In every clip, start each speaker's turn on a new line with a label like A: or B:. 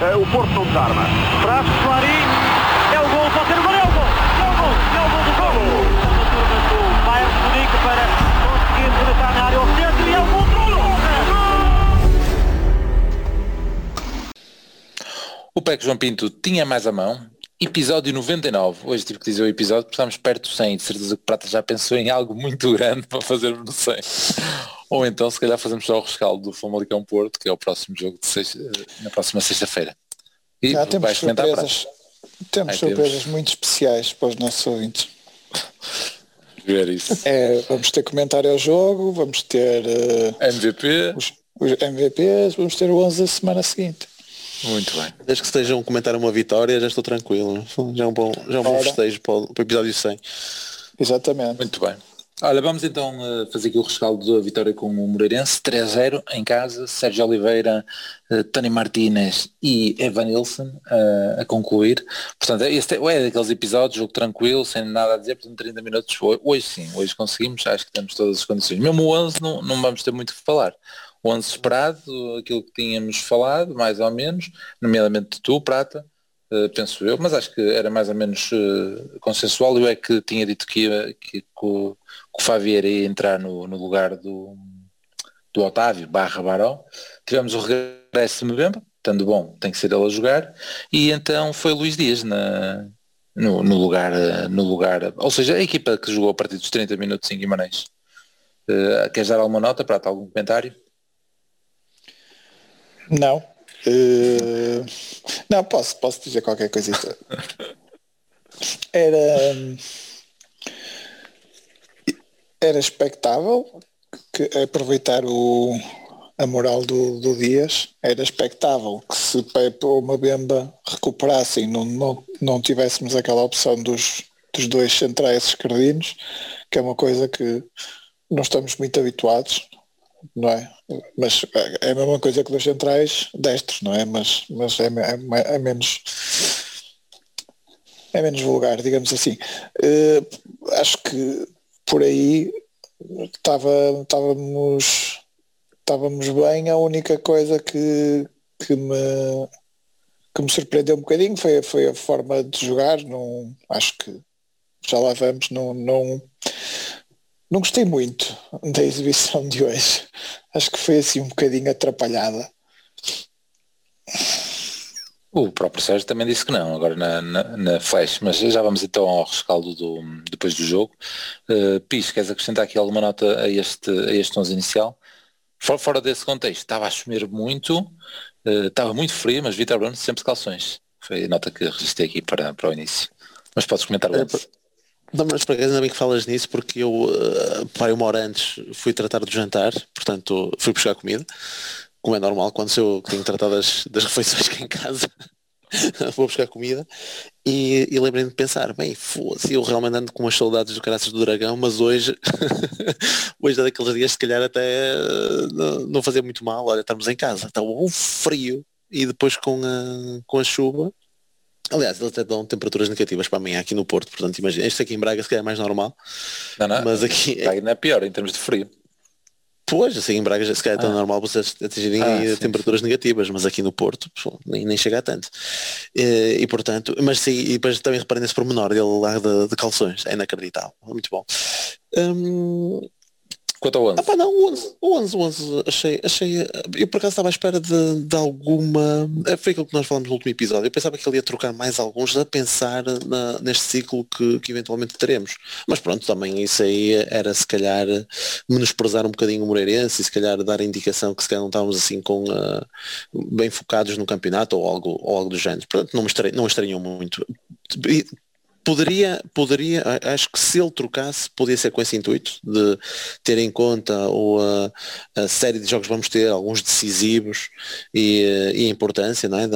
A: o Porto não desarma.
B: Traz Clarim, é o gol, pode ser o gol, é o gol, é o gol, é o gol do gol. A turma do Bayern de Munique para conseguir penetrar na área ao centro e é o gol do gol.
C: O PEC João Pinto tinha mais a mão. Episódio 99. Hoje tive que dizer o episódio porque estamos perto do 100. De certeza que o Prata já pensou em algo muito grande para fazermos no 100. Ou então se calhar fazemos só o rescaldo do Famalicão Porto, que é o próximo jogo na próxima sexta-feira. E
D: já temos surpresas. Temos surpresas
C: temos
D: muito especiais para os nossos ouvintes.
C: Ver isso.
D: Vamos ter comentário ao jogo, vamos ter
C: MVP.
D: os MVPs, vamos ter o 11 da semana seguinte.
C: Muito bem.
E: Desde que estejam a comentar uma vitória, já estou tranquilo. Já é um bom festejo para o episódio 100.
D: Exatamente.
C: Muito bem. Olha, vamos então fazer aqui o rescaldo da vitória com o Moreirense, 3-0 em casa, Sérgio Oliveira, Tony Martínez e Evanilson a concluir. Portanto, este é daqueles episódios, jogo tranquilo, sem nada a dizer, portanto 30 minutos. Hoje sim, hoje conseguimos, acho que temos todas as condições. Mesmo o 11 não vamos ter muito o que falar. O 11 esperado, aquilo que tínhamos falado, mais ou menos, nomeadamente tu, Prata, penso eu, mas acho que era mais ou menos consensual. Eu é que tinha dito que o Favier ia entrar no lugar do Otávio /Baró. Tivemos o regresso de Mbemba, estando bom, tem que ser ele a jogar, e então foi o Luís Dias no lugar, ou seja, a equipa que jogou a partir dos 30 minutos em Guimarães. Queres dar alguma nota, Prata, algum comentário?
D: Não. Não, posso dizer qualquer coisita. Era expectável que aproveitar a moral do Dias. Era expectável que se Pepe ou Mbemba recuperassem, não tivéssemos aquela opção dos dois centrais esquerdinos, que é uma coisa que não estamos muito habituados, não é? Mas é a mesma coisa que dos centrais destros, não é? Mas é menos vulgar, digamos assim. Acho que por aí estávamos bem. A única coisa que me surpreendeu um bocadinho foi a forma de jogar. Não, acho que já lá vamos, não gostei muito da exibição de hoje. Acho que foi assim um bocadinho atrapalhada.
C: O próprio Sérgio também disse que não, agora na flash, mas já vamos então ao rescaldo depois do jogo. Pis, queres acrescentar aqui alguma nota a este 11 inicial? Fora desse contexto, estava a chover muito, estava muito frio, mas Vítor Bruno sempre de calções. Foi a nota que registrei aqui para o início. Mas podes comentar o 11.
E: Não, mas por acaso ainda bem que falas nisso, porque eu parei uma hora antes, fui tratar do jantar, portanto fui buscar comida, como é normal quando eu tenho tratado das refeições cá em casa. Vou buscar comida e lembrei-me de pensar, bem, foda-se, eu realmente ando com umas saudades do Caraças do Dragão, mas hoje hoje é daqueles dias se calhar até não fazia muito mal. Olha, estamos em casa, está um frio e depois com a chuva. Aliás, eles até dão temperaturas negativas para amanhã aqui no Porto, portanto imagina, isto aqui em Braga se calhar é mais normal.
C: Não,
E: mas aqui
C: não é pior em termos de frio.
E: Pois, assim em Braga se calhar é tão normal vocês atingirem temperaturas negativas, mas aqui no Porto nem chega a tanto. E portanto, mas sim, e depois também reparem nesse pormenor dele lá de calções, é inacreditável, muito bom.
C: Quanto ao 11?
E: Não, o 11 achei, eu por acaso estava à espera de alguma, foi aquilo que nós falamos no último episódio, eu pensava que ele ia trocar mais alguns a pensar neste ciclo que eventualmente teremos, mas pronto, também isso aí era se calhar menosprezar um bocadinho o Moreirense e se calhar dar a indicação que se calhar não estávamos assim bem focados no campeonato ou algo do género, portanto não estranhou muito. Poderia, acho que se ele trocasse, podia ser com esse intuito de ter em conta a série de jogos que vamos ter, alguns decisivos e a importância, não é?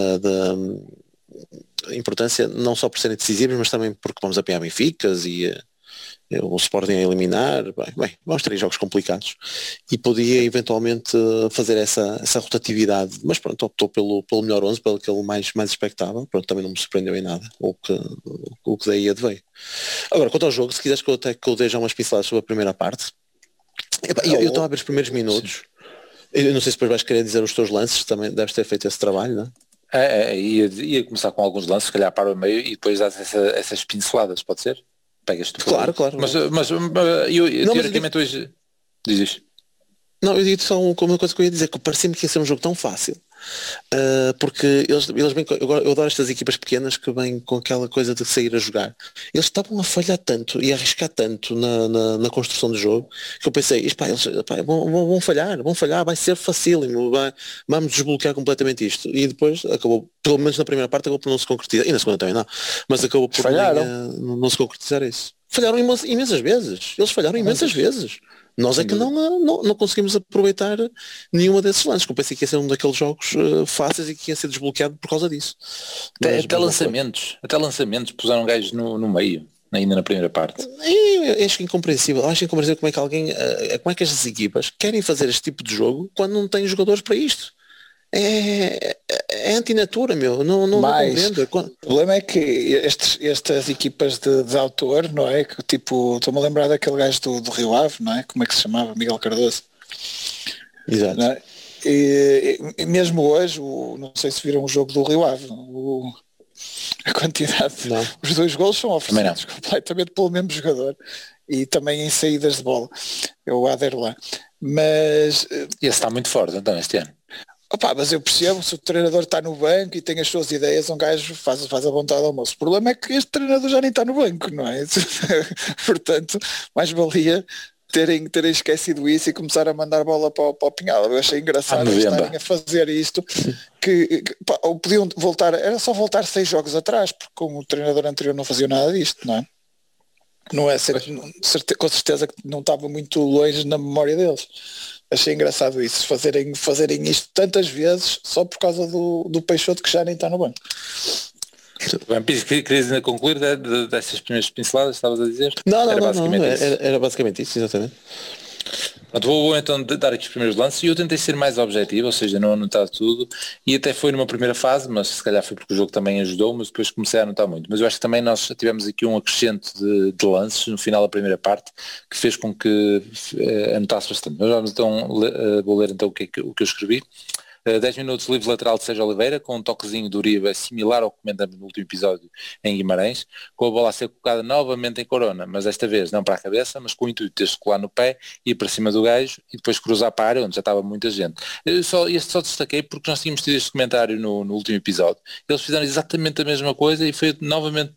E: A importância não só por serem decisivos, mas também porque vamos apanhar Benficas e o Sporting a eliminar. Bem, vamos ter jogos complicados e podia eventualmente fazer essa rotatividade, mas pronto, optou pelo melhor 11, pelo aquele mais expectável. Pronto, também não me surpreendeu em nada o que daí adveio. Agora, quanto ao jogo, se quiseres que eu dê já umas pinceladas sobre a primeira parte. Eu estava a ver os primeiros minutos. Eu não sei se depois vais querer dizer os teus lances, também deves ter feito esse trabalho, não é?
C: Ia começar com alguns lances, se calhar para o meio e depois dás essas pinceladas, pode ser? Pegas-te.
E: Claro.
C: Mas teoricamente hoje dizes.
E: Não, eu digo só uma coisa que eu ia dizer, que parecia-me que ia ser um jogo tão fácil. Porque eles vêm, eu adoro estas equipas pequenas que vêm com aquela coisa de sair a jogar. Eles estavam a falhar tanto e a arriscar tanto na construção do jogo que eu pensei, eles vão falhar, vai ser facílimo, vamos desbloquear completamente isto. E depois acabou, pelo menos na primeira parte, acabou por não se concretizar, e na segunda também não, mas acabou por não se concretizar isso. Falharam imensas vezes, eles falharam imensas vezes. Nós é que não conseguimos aproveitar nenhuma desses lances, que eu pensei que ia ser um daqueles jogos fáceis e que ia ser desbloqueado por causa disso.
C: Até lançamentos puseram gajos no meio, ainda na primeira parte.
E: Eu acho incompreensível como é que como é que estas equipas querem fazer este tipo de jogo quando não têm jogadores para isto. É antinatura, meu, não compreendo.
D: O problema é que estas equipas de autor, não é? Que tipo, estou-me a lembrar daquele gajo do Rio Ave, não é? Como é que se chamava? Miguel Cardoso.
E: Exato.
D: Não é? E mesmo hoje, não sei se viram o jogo do Rio Ave, a quantidade, os 2 golos são oferecidos completamente pelo mesmo jogador e também em saídas de bola, é o Aderlan. Mas
C: esse está muito forte então este ano.
D: Mas eu percebo, se o treinador está no banco e tem as suas ideias, um gajo faz a vontade ao moço. O problema é que este treinador já nem está no banco, não é? Portanto, mais valia terem esquecido isso e começar a mandar bola para o Pinhal. Eu achei engraçado estarem a fazer isto, ou podiam voltar, era só voltar 6 jogos atrás, porque como o treinador anterior não fazia nada disto, não é? Não é com certeza que não estava muito longe na memória deles. Achei engraçado isso, fazerem isto tantas vezes só por causa do Peixoto que já nem está no banco.
C: Bem, querias ainda concluir dessas primeiras pinceladas, estavas a dizer?
E: Não, era basicamente isso, exatamente.
C: Pronto, vou então dar aqui os primeiros lances e eu tentei ser mais objetivo, ou seja, não anotar tudo, e até foi numa primeira fase, mas se calhar foi porque o jogo também ajudou, mas depois comecei a anotar muito. Mas eu acho que também nós tivemos aqui um acrescente de lances no final da primeira parte que fez com que anotasse bastante. Mas vamos então, vou ler então o que eu escrevi. 10 minutos livre lateral de Sérgio Oliveira, com um toquezinho de Uribe similar ao que comentamos no último episódio em Guimarães, com a bola a ser colocada novamente em Corona, mas desta vez não para a cabeça, mas com o intuito de colar no pé, ir para cima do gajo e depois cruzar para a área onde já estava muita gente. Este só destaquei porque nós tínhamos tido este comentário no último episódio. Eles fizeram exatamente a mesma coisa e foi novamente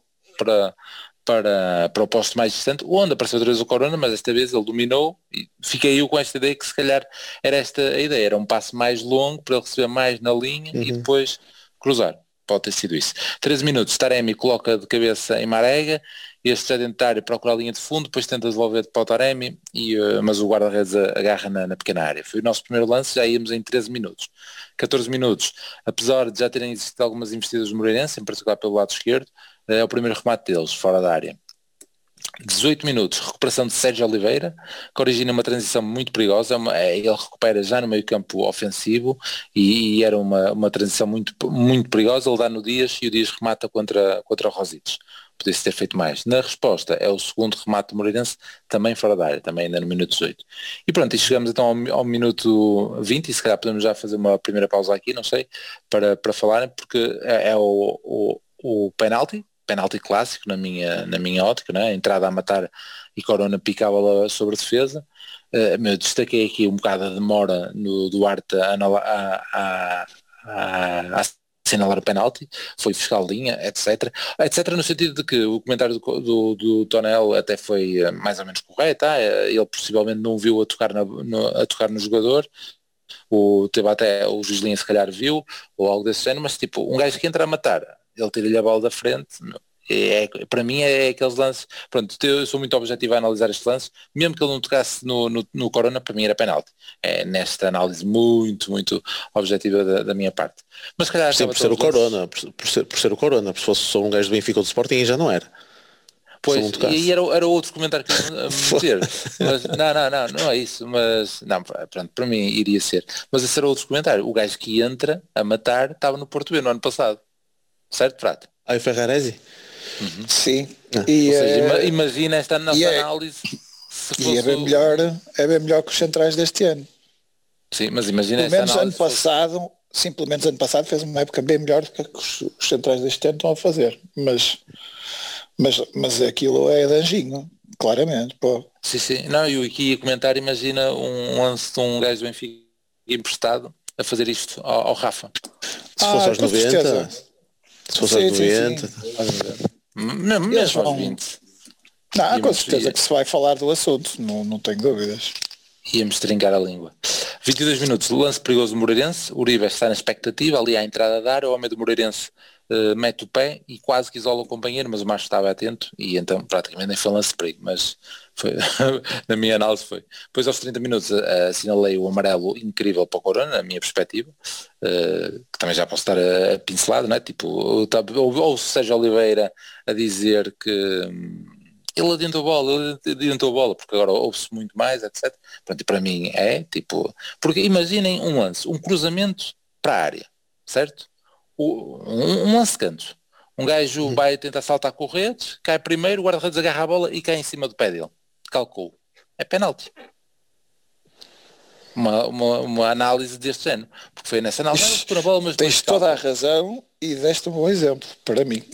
C: para o posto mais distante, onde apareceu outra vez o Corona, mas desta vez ele dominou e fiquei eu com esta ideia que se calhar era esta a ideia, era um passo mais longo para ele receber mais na linha e depois cruzar. Pode ter sido isso. 13 minutos, Taremi coloca de cabeça em Marega, este já dentro da área procura a linha de fundo, depois tenta devolver para o Taremi, mas o guarda-redes agarra na pequena área. Foi o nosso primeiro lance, já íamos em 13 minutos. 14 minutos, apesar de já terem existido algumas investidas do Moreirense, em particular pelo lado esquerdo, é o primeiro remate deles, fora da área. 18 minutos, recuperação de Sérgio Oliveira, que origina uma transição muito perigosa, ele recupera já no meio campo ofensivo e era uma transição muito, muito perigosa, ele dá no Dias e o Dias remata contra o Rosites. Podia-se ter feito mais. Na resposta é o segundo remate do Moreirense, também fora da área, também ainda no minuto 18. E pronto, e chegamos então ao minuto 20 e se calhar podemos já fazer uma primeira pausa aqui, não sei, para falarem, porque é o penalti clássico na minha ótica, né? Entrada a matar e Corona pica a bola sobre a defesa. Destaquei aqui um bocado a demora no Duarte a assinalar o penalti, foi fiscal de linha, etc, no sentido de que o comentário do Tonel até foi mais ou menos correto, ele possivelmente não viu a tocar no jogador, teve até o Juslinha se calhar viu, ou algo desse género, mas tipo, um gajo que entra a matar, ele tira-lhe a bola da frente, para mim é aqueles lances, pronto, eu sou muito objetivo a analisar estes lances, mesmo que ele não tocasse no Corona, para mim era penalti. É nesta análise muito, muito objetiva da minha parte. Mas se calhar
E: sim, por ser o Corona, por ser o Corona, se fosse só um gajo do Benfica ou do Sporting já não era.
C: Pois, e era outro comentário que eu ia meter, mas não é isso, mas não, pronto, para mim iria ser, mas esse era outro comentário, o gajo que entra a matar estava no Porto B no ano passado, certo, Prato?
E: Aí Ferraresi?
D: Uhum. Sim.
C: Ou seja, imagina esta nossa análise.
D: E é bem melhor que os centrais deste ano.
C: Sim, mas imagina
D: pelo menos ano passado, sim, pelo menos ano passado fez uma época bem melhor do que os centrais deste ano estão a fazer, mas aquilo é de anjinho, claramente, pô.
C: Sim. Não, eu aqui ia comentar, imagina um lance de um gajo do Benfica emprestado a fazer isto ao Rafa.
E: Se fosse aos
D: com
E: 90,
D: certeza.
E: se fosse aos 90.
C: Mesmo aos 20.
D: Não, com
C: Íamos-
D: certeza que se vai falar do assunto, não tenho dúvidas.
C: Íamos trincar a língua. 22 minutos, lance perigoso do Moreirense, Uribe está na expectativa, ali à entrada da área, o homem do Moreirense mete o pé e quase que isola o companheiro, mas o macho estava atento e então praticamente nem foi um lance de perigo, mas foi, na minha análise foi. Depois aos 30 minutos assinalei o amarelo incrível para o Corona, na minha perspectiva, que também já posso estar a pincelado, não é? Tipo, ou o Sérgio Oliveira a dizer que ele adiantou a bola, porque agora ouve-se muito mais, etc. Pronto, e para mim é, tipo, porque imaginem um lance, um cruzamento para a área, certo? Um lance de canto. Um gajo vai tentar saltar corretes, cai primeiro, o guarda-redes agarra a bola e cai em cima do pé dele. Calculou. É penalti. Uma análise deste género. Porque foi nessa análise, por a bola, mas
D: Tens toda a razão e deste um bom exemplo, para mim.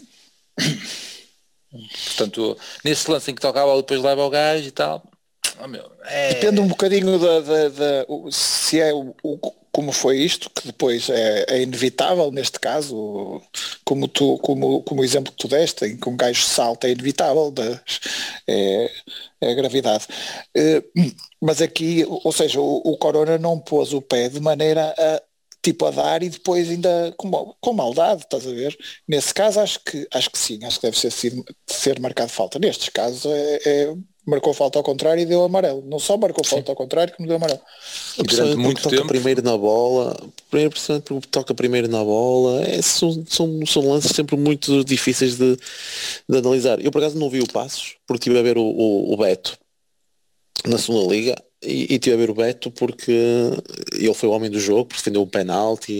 C: Portanto, nesse lance em que toca a bola depois leva o gajo e tal.
D: Depende um bocadinho se é como foi isto, que depois é inevitável neste caso, como o exemplo que tu deste, em que um gajo salta é inevitável, é a gravidade. Mas aqui, ou seja, o Corona não pôs o pé de maneira a dar e depois ainda com maldade, estás a ver? Nesse caso acho que sim, acho que deve ser marcado falta. Nestes casos marcou falta ao contrário e deu amarelo. Não só marcou falta ao contrário, como deu amarelo.
C: E durante muito
E: toca
C: tempo
E: primeiro na bola, porque toca primeiro na bola, são lances sempre muito difíceis de analisar. Eu por acaso não vi o Passos, porque estive a ver o Beto na segunda liga e estive a ver o Beto porque ele foi o homem do jogo, porque defendeu um penalti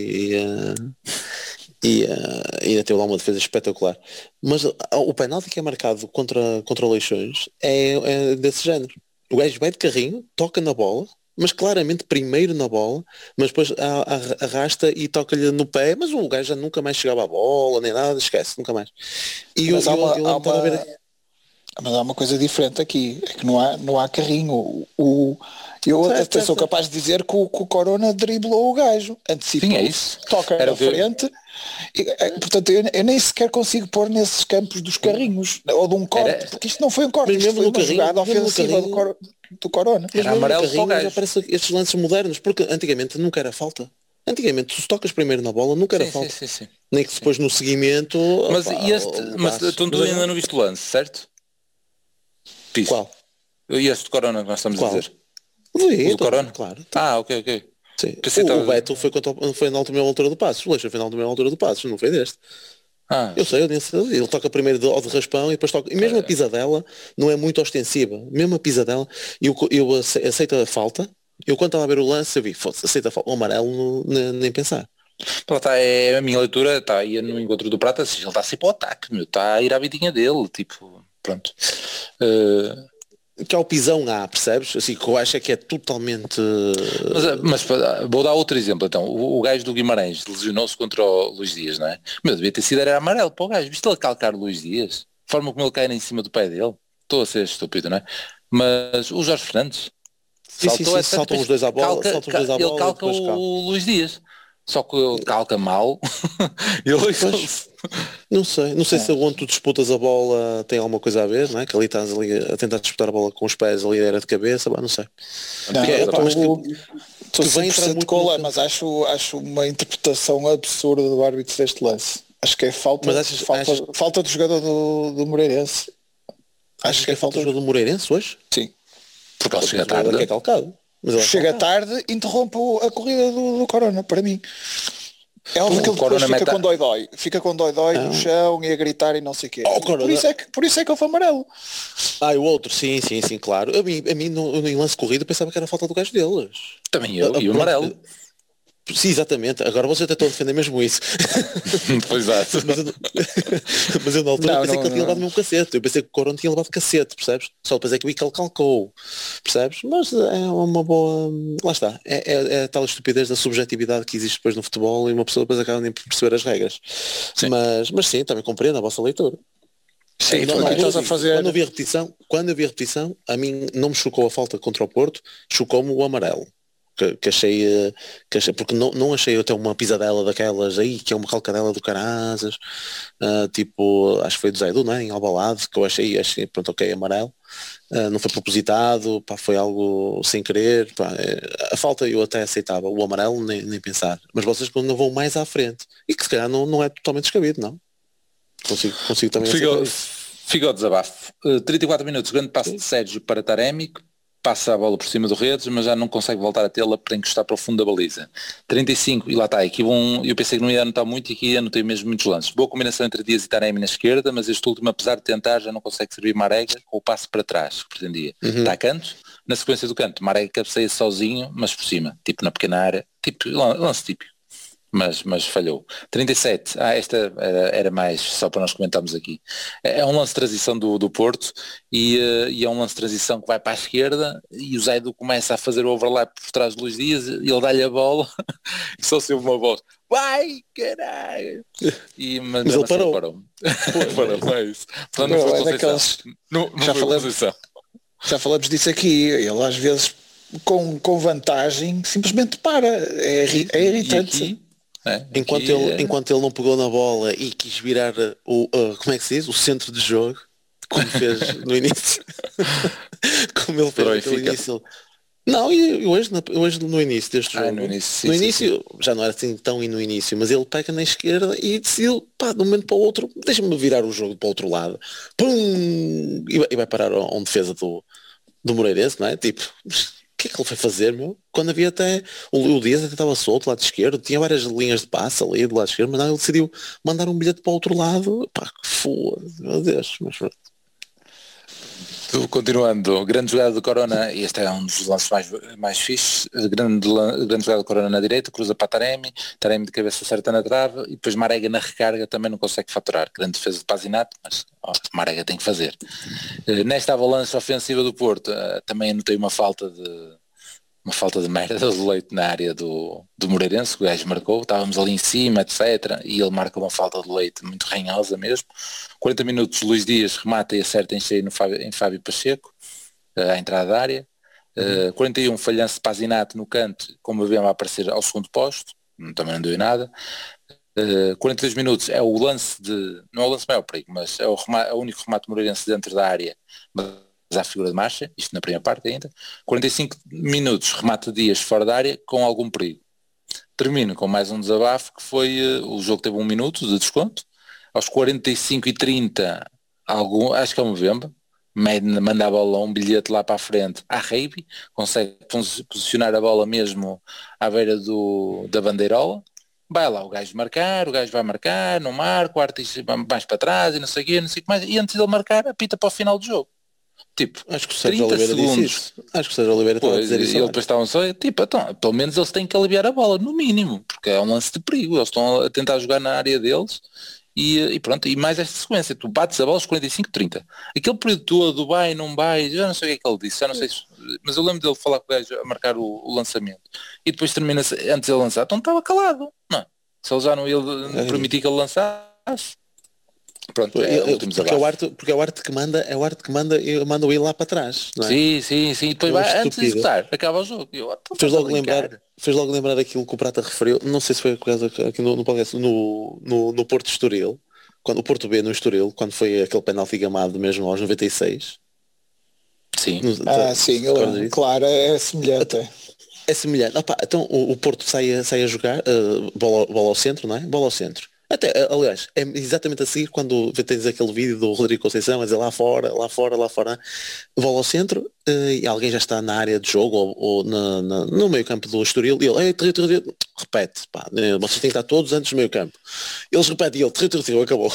E: e ainda teve lá uma defesa espetacular. Mas o penalti que é marcado contra o Leixões é desse género. O gajo vai de carrinho, toca na bola, mas claramente primeiro na bola, mas depois arrasta e toca-lhe no pé, mas o gajo já nunca mais chegava à bola, nem nada, esquece, nunca mais. E
D: Mas
E: mas
D: há uma coisa diferente aqui, é que não há carrinho. Eu até sou capaz de dizer que o Corona driblou o gajo, antecipou,
C: Sim, é isso.
D: toca
C: Era
D: na frente, portanto eu nem sequer consigo pôr nesses campos dos carrinhos, ou de um corte, porque isto não foi um corte,
E: Mas
D: isto
E: mesmo
D: foi
E: no
D: uma
E: carrinho,
D: jogada
E: mesmo no
D: ofensiva
E: carrinho,
D: do Corona.
E: Mas
C: Era
E: mesmo no
C: amarelo para o
E: carrinho já
C: gajo.
E: aparecem estes lances modernos, porque antigamente nunca era falta. Antigamente, se tocas primeiro na bola, nunca era falta.
C: Sim.
E: Nem que depois no seguimento...
C: Mas
E: Mas
C: tu ainda não viste o lance, certo? Piso.
E: Qual?
C: E este Corona que nós estamos
E: Qual?
C: a dizer?
E: Vi,
C: O do Corona?
E: claro.
C: Ok.
E: Sim.
C: Pensei que
E: O
C: estava-
E: Beto foi na última altura do Passos. O Leixa foi na última altura do Passos, não foi deste. Eu sei, ele toca primeiro ao de raspão e depois toca. E mesmo a pisadela não é muito ostensiva. Mesmo a pisadela, eu aceito a falta. Eu quando estava a ver o lance, eu vi, foda-se, aceita a falta. O amarelo, nem pensar.
C: É a minha leitura, está aí no encontro do Prata, ele está sempre ao ataque, está a ir à vidinha dele, tipo, pronto.
E: Que ao pisão percebes? Assim, que eu acho é que é totalmente...
C: Mas vou dar outro exemplo, então, o gajo do Guimarães lesionou-se contra o Luís Dias, não é? Mas devia ter sido era amarelo para o gajo, viste ele calcar o Luís Dias? A forma como ele cai em cima do pé dele, estou a ser estúpido, não é? Mas o Jorge Fernandes
E: saltam os dois à bola,
C: ele calca o Luís Dias. Só que ele calca mal.
E: Não sei se onde tu disputas a bola tem alguma coisa a ver, não é? Que ali estás ali a tentar disputar a bola com os pés, ali era de cabeça, não sei.
D: Estou 100% com mas acho uma interpretação absurda do árbitro deste lance. Acho que é falta do jogador do Moreirense.
E: Acho que é falta do jogador do Moreirense hoje?
D: Sim.
E: Porque ele chega tarde. Que é calcado.
D: Chega tarde, interrompe a corrida do Corona, para mim. É óbvio que ele depois fica com dói no chão e a gritar e não sei o quê. Por isso é que ele foi amarelo.
E: O outro, sim, claro. A mim no lance corrido pensava que era falta do gajo deles.
C: Também eu, e o amarelo.
E: Sim, exatamente. Agora você tentou defender mesmo isso.
C: Pois é.
E: Mas eu na altura pensei
D: Não,
E: que ele tinha
D: não.
E: levado mesmo cacete. Eu pensei que o Corona tinha levado cacete, percebes? Só depois é que vi que ele calcou, percebes? Mas é uma boa... Lá está. É a tal estupidez da subjetividade que existe depois no futebol e uma pessoa depois acaba nem por perceber as regras.
C: Sim.
E: Mas sim, também compreendo a vossa leitura.
D: Sim,
E: Não,
D: tu
E: não,
D: estás a fazer.
E: quando eu vi a repetição, a mim não me chocou a falta contra o Porto, chocou-me o amarelo. Que achei, porque não achei até uma pisadela daquelas aí, que é uma calcadela do Caraças, tipo, acho que foi do Zaidu, não é? Em Albalade, que eu achei, pronto, ok, amarelo. Não foi propositado, pá, foi algo sem querer, pá, a falta eu até aceitava, o amarelo nem pensar. Mas vocês não vão mais à frente. E que se calhar não é totalmente descabido, não? Consigo também aceitar isso.
C: Fica o desabafo. 34 minutos, grande passo de Sérgio para Taremi, passa a bola por cima do Redes, mas já não consegue voltar a tê-la para encostar para o fundo da baliza. 35, e lá está, aqui eu pensei que não ia anotar muito e aqui anotei mesmo muitos lances. Boa combinação entre Dias e Taremi na esquerda, mas este último, apesar de tentar, já não consegue servir Marega com o passo para trás, que pretendia. Está a canto, na sequência do canto, Marega cabeceia sozinho, mas por cima, tipo na pequena área, tipo lance típico. Mas falhou. 37, esta era mais, só para nós comentarmos aqui. É um lance de transição do Porto e é um lance de transição que vai para a esquerda e o Zaidu começa a fazer o overlap por trás de Luís Dias e ele dá-lhe a bola e só se ouve uma voz, vai caralho! Mas
E: ele parou.
C: Parou, é isso. Portanto,
D: Não,
C: não
D: é
C: foi
D: daqueles...
C: não
D: Já
C: foi
D: falamos.
C: Conceição.
D: Já falamos disso aqui, ele às vezes com vantagem simplesmente para, é irritante.
C: E aqui,
E: Enquanto ele não pegou na bola e quis virar como é que se diz? O centro de jogo, como fez no início. Como ele fez no início. Não, e hoje no início deste jogo.
C: No início,
E: já não era assim tão no início, mas ele pega na esquerda e decidiu, pá, de um momento para o outro, deixa-me virar o jogo para o outro lado. Pum! E vai parar a um defesa do Moreirense, não é? Tipo, o que é que ele foi fazer, meu? Quando havia até o Dias até estava solto lá de esquerdo, tinha várias linhas de passe ali do lado esquerdo, mas não, ele decidiu mandar um bilhete para o outro lado. Pá, que foda-se, meu Deus. Mas...
C: Continuando, grande jogada do Corona, e este é um dos lances mais fixes, grande jogada do Corona na direita, cruza para Taremi de cabeça certa na trave, e depois Marega na recarga também não consegue faturar, grande defesa de Pazinato, mas Marega tem que fazer. Nesta avalanche ofensiva do Porto, também anotei uma falta de merda do Leite na área do Moreirense, que o gajo marcou, estávamos ali em cima, etc. E ele marca uma falta de Leite muito ranhosa mesmo. 40 minutos, Luís Dias remata e acerta em cheio em Fábio Pacheco, à entrada da área. 41, falhança de Pazinato no canto, como vemos a aparecer ao segundo posto, também não deu em nada. 42 minutos é o lance não é o lance maior perigo, mas é o único remate moreirense dentro da área, mas à figura de marcha, isto na primeira parte ainda. 45 minutos, remate de Dias fora da área com algum perigo. Termino com mais um desabafo, que foi, o jogo teve 1 minuto de desconto, aos 45 e 30, acho que é o Mbemba, manda a bola, um bilhete lá para a frente à Reiby, consegue posicionar a bola mesmo à beira da bandeirola, vai lá o gajo vai marcar, não marca, o artista vai mais para trás e não sei o quê, não sei o que mais, e antes de ele marcar, apita para o final do jogo. Tipo,
E: acho que o Sérgio Oliveira disse isso. Acho que o Sérgio Oliveira estava a dizer isso.
C: E ele depois estavam só, tipo, então, pelo menos eles têm que aliviar a bola, no mínimo, porque é um lance de perigo, eles estão a tentar jogar na área deles e pronto, e mais esta sequência, tu bates a bola aos 45-30. Aquele período todo, vai, não vai, já não sei o que é que ele disse, já não sei, mas eu lembro dele falar com o gajo a marcar o lançamento e depois termina antes de ele lançar, então estava calado, não é? Se ele já não ia permitir que ele lançasse. Pronto,
E: porque é o arte que manda, e manda o ir lá para trás, não é?
C: Sim, depois vai antes de executar, acaba o jogo.
E: Fez logo lembrar aquilo que o Prata referiu, não sei se foi por causa aqui no podcast, no Porto Estoril, quando o Porto B no Estoril, quando foi aquele penalti gamado mesmo aos 96.
C: Sim.
D: Sim, claro, é semelhante.
E: É semelhante. Opa, então o Porto sai a jogar, bola ao centro, não é? Bola ao centro. Até, aliás, é exatamente a seguir quando tens aquele vídeo do Rodrigo Conceição a dizer lá fora, bola ao centro e alguém já está na área de jogo ou no meio campo do Estoril e ele, repete, pá, vocês têm que estar todos antes do meio campo. Eles repetem e ele, acabou.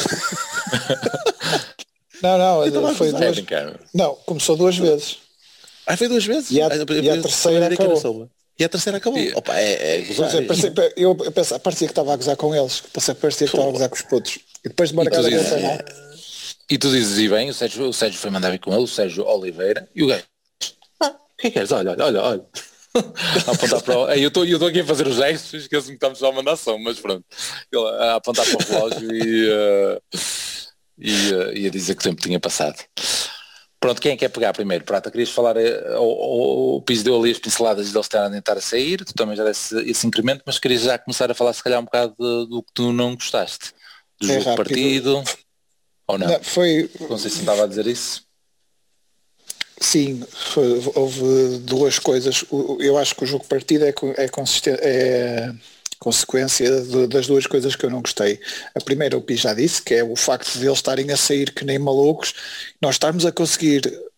D: Não, foi duas. Não, começou 2 vezes.
E: Foi 2 vezes?
D: E a terceira acabou.
E: E a terceira acabou. Opa, é gozar.
D: Eu pensava, parecia que estava a gozar com eles. Parecia que estava a gozar com os putos. E depois de marcar a penalti.
C: E tu dizes, e bem, o Sérgio foi mandar vir com ele, o Sérgio Oliveira, e o gajo, o que queres? Olha. A apontar para eu estou aqui a fazer os gestos, esqueço-me que estamos só a mandar ação, mas pronto. Ele a apontar para o relógio e a dizer que o tempo tinha passado. Pronto, quem quer pegar primeiro? Prata, querias falar, o Pizzi deu ali as pinceladas de eles estarem a tentar sair, tu também já desse esse incremento, mas querias já começar a falar se calhar um bocado do que tu não gostaste, do jogo
D: rápido.
C: Partido, ou não? Não sei se estava a dizer isso.
D: Sim, houve duas coisas. Eu acho que o jogo partido é consequência das duas coisas que eu não gostei. A primeira, o Pi já disse, que é o facto de eles estarem a sair que nem malucos, nós estarmos a conseguir.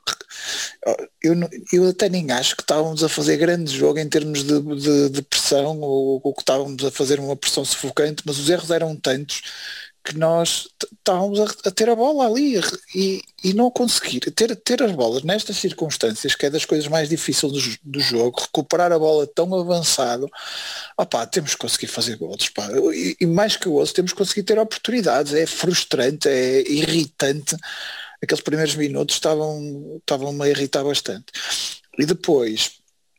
D: Eu até nem acho que estávamos a fazer grande jogo em termos de pressão, ou que estávamos a fazer uma pressão sufocante, mas os erros eram tantos que nós estávamos a ter a bola ali e não conseguir ter as bolas nestas circunstâncias, que é das coisas mais difíceis do jogo, recuperar a bola tão avançado, temos que conseguir fazer gols, e mais que gols, temos que conseguir ter oportunidades. É frustrante, é irritante. Aqueles primeiros minutos estavam-me a irritar bastante. E depois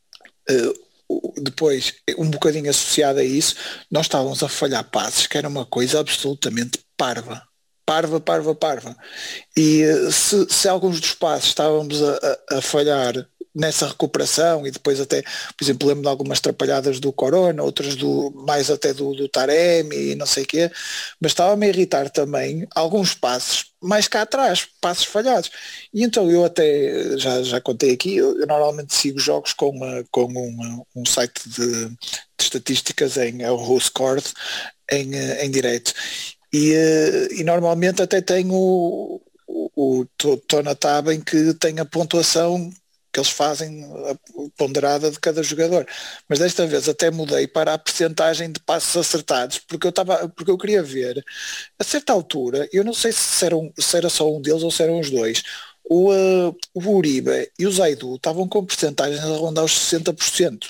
D: um bocadinho associado a isso, nós estávamos a falhar passes, que era uma coisa absolutamente parva. E se alguns dos passes estávamos a falhar nessa recuperação, e depois até, por exemplo, lembro de algumas atrapalhadas do Corona, outras mais até do Taremi e não sei o quê, mas estava-me a irritar também alguns passes mais cá atrás, passes falhados. E então eu até, já contei aqui, eu normalmente sigo jogos com um site de estatísticas em WhoScored em direto. E normalmente até tenho estou na tab em que tem a pontuação que eles fazem ponderada de cada jogador, mas desta vez até mudei para a percentagem de passos acertados, porque eu queria ver a certa altura, eu não sei se era só um deles ou se eram os dois, o Uribe e o Zaidu estavam com percentagens a rondar os 60%.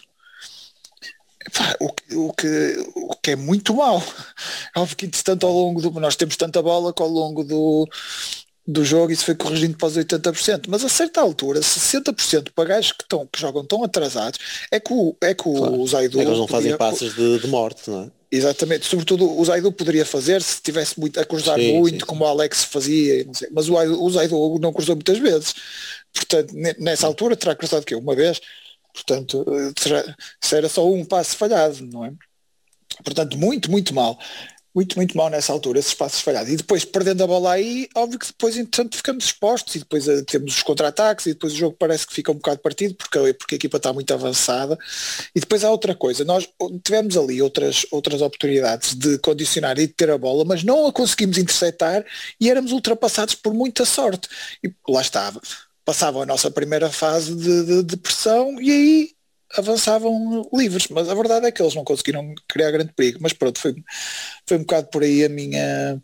D: O que é muito mau. Óbvio que entretanto ao longo nós temos tanta bola que ao longo do jogo isso foi corrigindo para os 80%, mas a certa altura 60% para gajos que jogam tão atrasados é que o Zaidu
E: eles não fazem passes de morte, não é?
D: Exatamente, sobretudo o Zaidu poderia fazer se tivesse muito a cruzar muito, como o Alex fazia, não sei, mas o Zaidu não cruzou muitas vezes, portanto nessa altura terá cruzado uma vez, portanto se era só um passe falhado, não é? Portanto muito mal nessa altura, esses passos falhados, e depois perdendo a bola aí, óbvio que depois entretanto ficamos expostos, e depois temos os contra-ataques, e depois o jogo parece que fica um bocado partido, porque a equipa está muito avançada. E depois há outra coisa, nós tivemos ali outras oportunidades de condicionar e de ter a bola, mas não a conseguimos interceptar, e éramos ultrapassados por muita sorte, e lá estava, passava a nossa primeira fase de pressão, e aí avançavam livres, mas a verdade é que eles não conseguiram criar grande perigo. Mas pronto, foi um bocado por aí a minha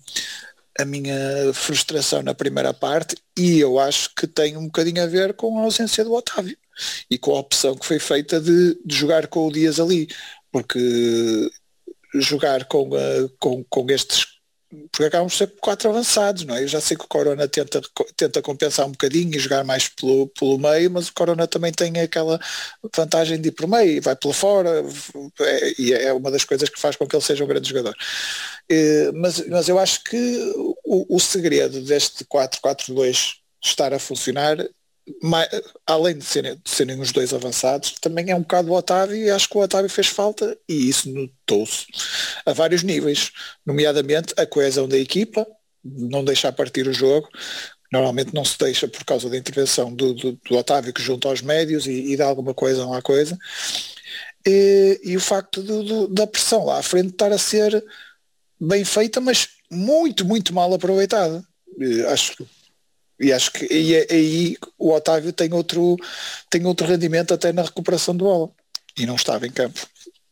D: frustração na primeira parte, e eu acho que tem um bocadinho a ver com a ausência do Otávio e com a opção que foi feita de jogar com o Dias ali, porque jogar com estes, porque acabam por ser 4 avançados, não é? Eu já sei que o Corona tenta compensar um bocadinho e jogar mais pelo meio, mas o Corona também tem aquela vantagem de ir por meio e vai pela fora, e é uma das coisas que faz com que ele seja um grande jogador. Mas eu acho que o segredo deste 4-4-2 estar a funcionar, além de serem os dois avançados, também é um bocado o Otávio, e acho que o Otávio fez falta, e isso notou-se a vários níveis, nomeadamente a coesão da equipa, não deixar partir o jogo. Normalmente não se deixa por causa da intervenção do Otávio, que junta aos médios e dá alguma coesão à coisa, e o facto da pressão lá à frente estar a ser bem feita, mas muito mal aproveitada. Acho que aí o Otávio tem outro rendimento até na recuperação de bola, e não estava em campo.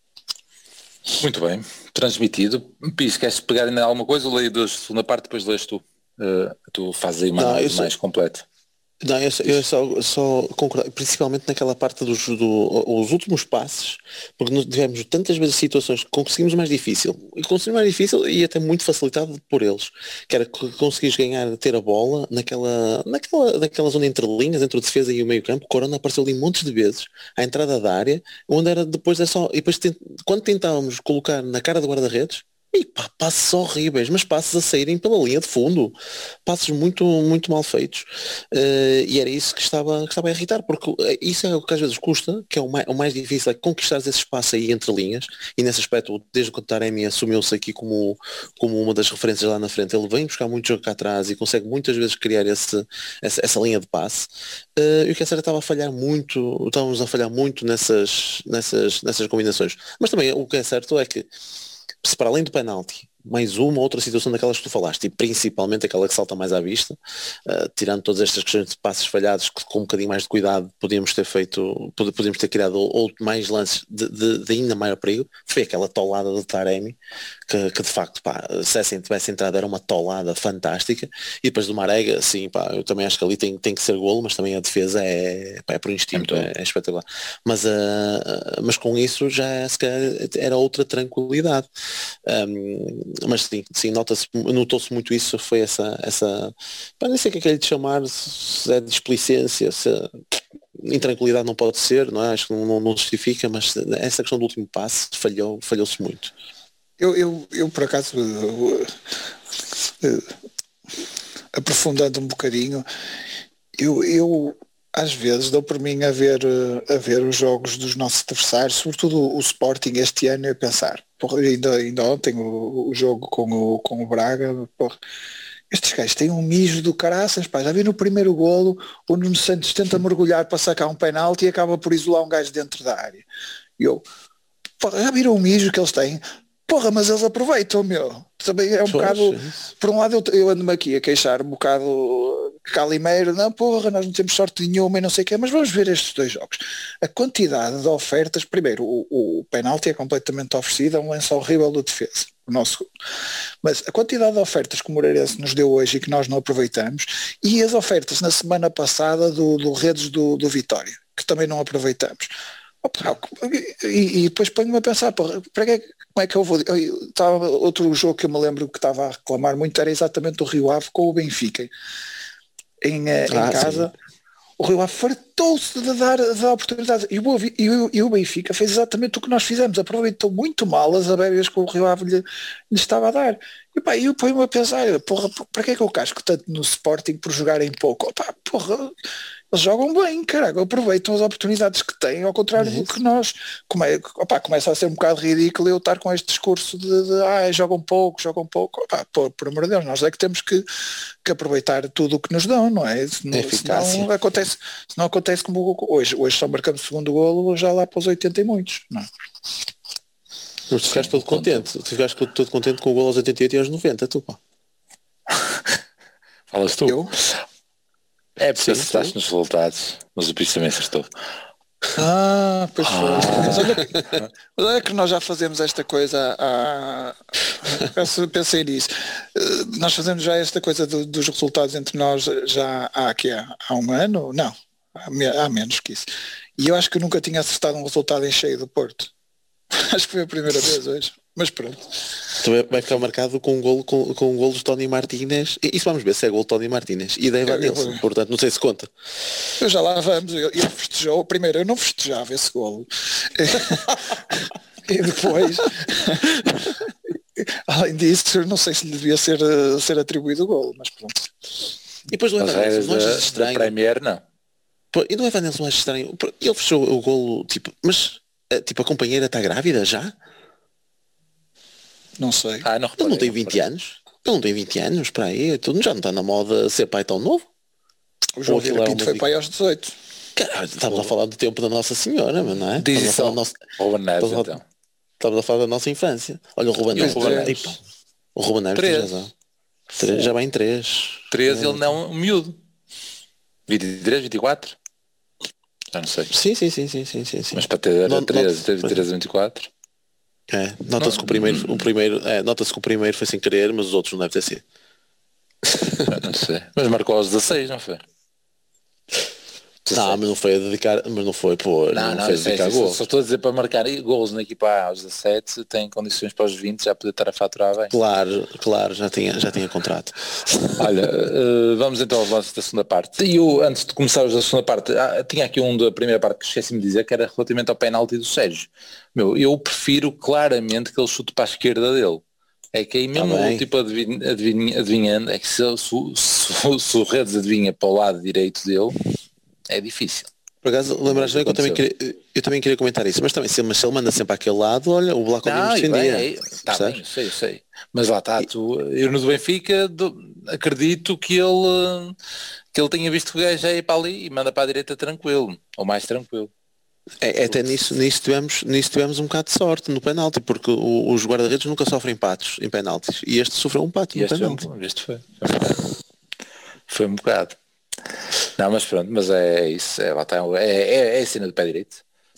C: Muito bem, transmitido. Pis, queres pegar ainda alguma coisa? Eu leio da segunda parte, depois lês tu. Tu fazes aí uma análise mais completa.
E: Não, eu só concordo, principalmente naquela parte os últimos passos, porque nós tivemos tantas vezes situações que conseguimos mais difícil, e até muito facilitado por eles, que era que conseguires ganhar, ter a bola naquela zona entre linhas, entre o defesa e o meio campo. O Corona apareceu ali montes de vezes, à entrada da área, onde era depois é só, e depois quando tentávamos colocar na cara do guarda-redes, e pá, passos horríveis, mas passos a saírem pela linha de fundo, passos muito, muito mal feitos. E era isso que estava a irritar, porque isso é o que às vezes custa, que é o mais difícil, é conquistar esse espaço aí entre linhas, e nesse aspecto, desde que o Taremi assumiu-se aqui como uma das referências lá na frente, ele vem buscar muito jogo cá atrás e consegue muitas vezes criar essa linha de passe. E o Kessler estávamos a falhar muito nessas combinações. Mas também o que é certo é que, se para além do penalti, mais uma outra situação daquelas que tu falaste, e principalmente aquela que salta mais à vista, tirando todas estas questões de passos falhados, que com um bocadinho mais de cuidado podíamos ter criado ou mais lances de ainda maior perigo, foi aquela tolada do Taremi, que de facto, pá, se essa tivesse entrado era uma tolada fantástica. E depois do Marega, sim, pá, eu também acho que ali tem que ser golo, mas também a defesa é por instinto, é espetacular. Mas com isso já se calhar era outra tranquilidade. Mas sim, notou-se muito isso, foi essa pá, nem sei o que é lhe de chamar, se é de displicência, se intranquilidade não pode ser, não é? Acho que não justifica, mas essa questão do último passo falhou-se muito.
D: Eu por acaso, aprofundando um bocadinho, eu às vezes dou por mim a ver os jogos dos nossos adversários, sobretudo o Sporting este ano, e a pensar, porra, ainda ontem o jogo com o Braga, porra, estes gajos têm um mijo do caraças, pá, já vi no primeiro golo o Nuno Santos tenta mergulhar para sacar um penalti e acaba por isolar um gajo dentro da área. E eu, porra, já viram o mijo que eles têm? Porra, mas eles aproveitam, meu. Também é um bocado... Por um lado eu ando-me aqui a queixar um bocado calimeiro, não, porra, nós não temos sorte nenhuma e não sei o quê, mas vamos ver estes dois jogos. A quantidade de ofertas, primeiro, o penalti é completamente oferecido, é um lance horrível do defesa, o nosso. Mas a quantidade de ofertas que o Moreirense nos deu hoje e que nós não aproveitamos, e as ofertas na semana passada do Redes do Vitória, que também não aproveitamos. E depois ponho-me a pensar, porra, como é que eu vou... Outro jogo que eu me lembro que estava a reclamar muito era exatamente o Rio Ave com o Benfica em casa. Sim. O Rio Ave fartou-se de dar oportunidades e o Benfica fez exatamente o que nós fizemos, aproveitou muito mal as abébias que o Rio Ave lhe estava a dar. E pá, eu ponho-me a pensar, porra, para que é que eu casco tanto no Sporting por jogarem pouco? Opa, porra, eles jogam bem, caralho, aproveitam as oportunidades que têm, ao contrário do que nós. Começa a ser um bocado ridículo eu estar com este discurso de jogam pouco. Opa, por amor de Deus, nós é que temos que aproveitar tudo o que nos dão, não é? Senão acontece como hoje só marcamos o segundo golo já lá para os 80 e muitos, não é?
E: Mas tu ficaste todo contente. Tu ficaste todo contente com o golo aos 88 e aos 90, tu, pá.
C: Falas tu?
D: Eu?
C: É porque acertaste nos resultados, mas o Piso também acertou.
D: Pois foi. Mas olha que nós já fazemos esta coisa pensei nisso. Nós fazemos já esta coisa dos resultados entre nós já há um ano? Não, há menos que isso. E eu acho que eu nunca tinha acertado um resultado em cheio do Porto. Acho que foi a primeira vez hoje. Mas pronto.
E: Vai ficar marcado com um golo de Tony Martínez. Isso vamos ver se é golo de Tony Martínez e da Evanilson, portanto não sei se conta.
D: Eu já lá vamos. Ele festejou. Primeiro eu não festejava esse golo. E depois além disso, eu não sei se lhe devia ser atribuído o golo, mas pronto.
E: E depois do Evanilson, não achas estranho?
C: Premier, não.
E: E do Evanilson acho estranho. Ele fechou o golo, tipo, mas tipo a companheira está grávida já?
D: Não sei.
E: Ele não tem 20 anos. Ele não tem 20 anos, para aí. Já não está na moda ser pai tão novo.
D: O João Vieira Pinto foi pai aos 18.
E: Caralho, estamos a falar do tempo da Nossa Senhora, mas não é?
C: Diz isso ao Ruben Neves, então.
E: Estamos a falar da nossa infância. Olha o Ruben Neves. O Ruben Neves já vai em 3.
C: 13 ele não, um miúdo. 23, 24? Já não sei.
E: Sim.
C: Mas para ter 13, teve 13 a 24.
E: Nota-se que o primeiro foi sem querer, mas os outros não devem ter sido.
C: Não sei. Mas marcou aos 16, não foi?
E: Não, mas não foi a dedicar, mas não foi, pô,
C: Não,
E: não foi a dedicar gols.
C: só estou a dizer para marcar gols na equipa A aos 17, tem condições para os 20 já poder estar a faturar bem.
E: Claro, já tinha contrato.
C: Olha, vamos então aos lances da segunda parte. E eu, antes de começarmos a segunda parte, tinha aqui um da primeira parte que esqueci-me de dizer, que era relativamente ao penalti do Sérgio. Eu prefiro claramente que ele chute para a esquerda dele. É que aí mesmo tipo adivinhando, é que se o Redes adivinha para o lado direito dele, é difícil.
E: Por acaso, lembraste bem que eu também queria comentar isso, mas também se ele manda sempre àquele lado, olha, o Black defendia.
C: Está bem, sei. Mas lá está, eu no do Benfica acredito que ele tenha visto que o gajo é ir para ali e manda para a direita tranquilo, ou mais tranquilo.
E: Até nisso tivemos um bocado de sorte no penalti, porque os guarda-redes nunca sofrem empates em penaltis, e este sofreu um empate no penalti.
C: Foi um bocado. Não, mas pronto, mas é isso, lá está, é a cena do pé direito.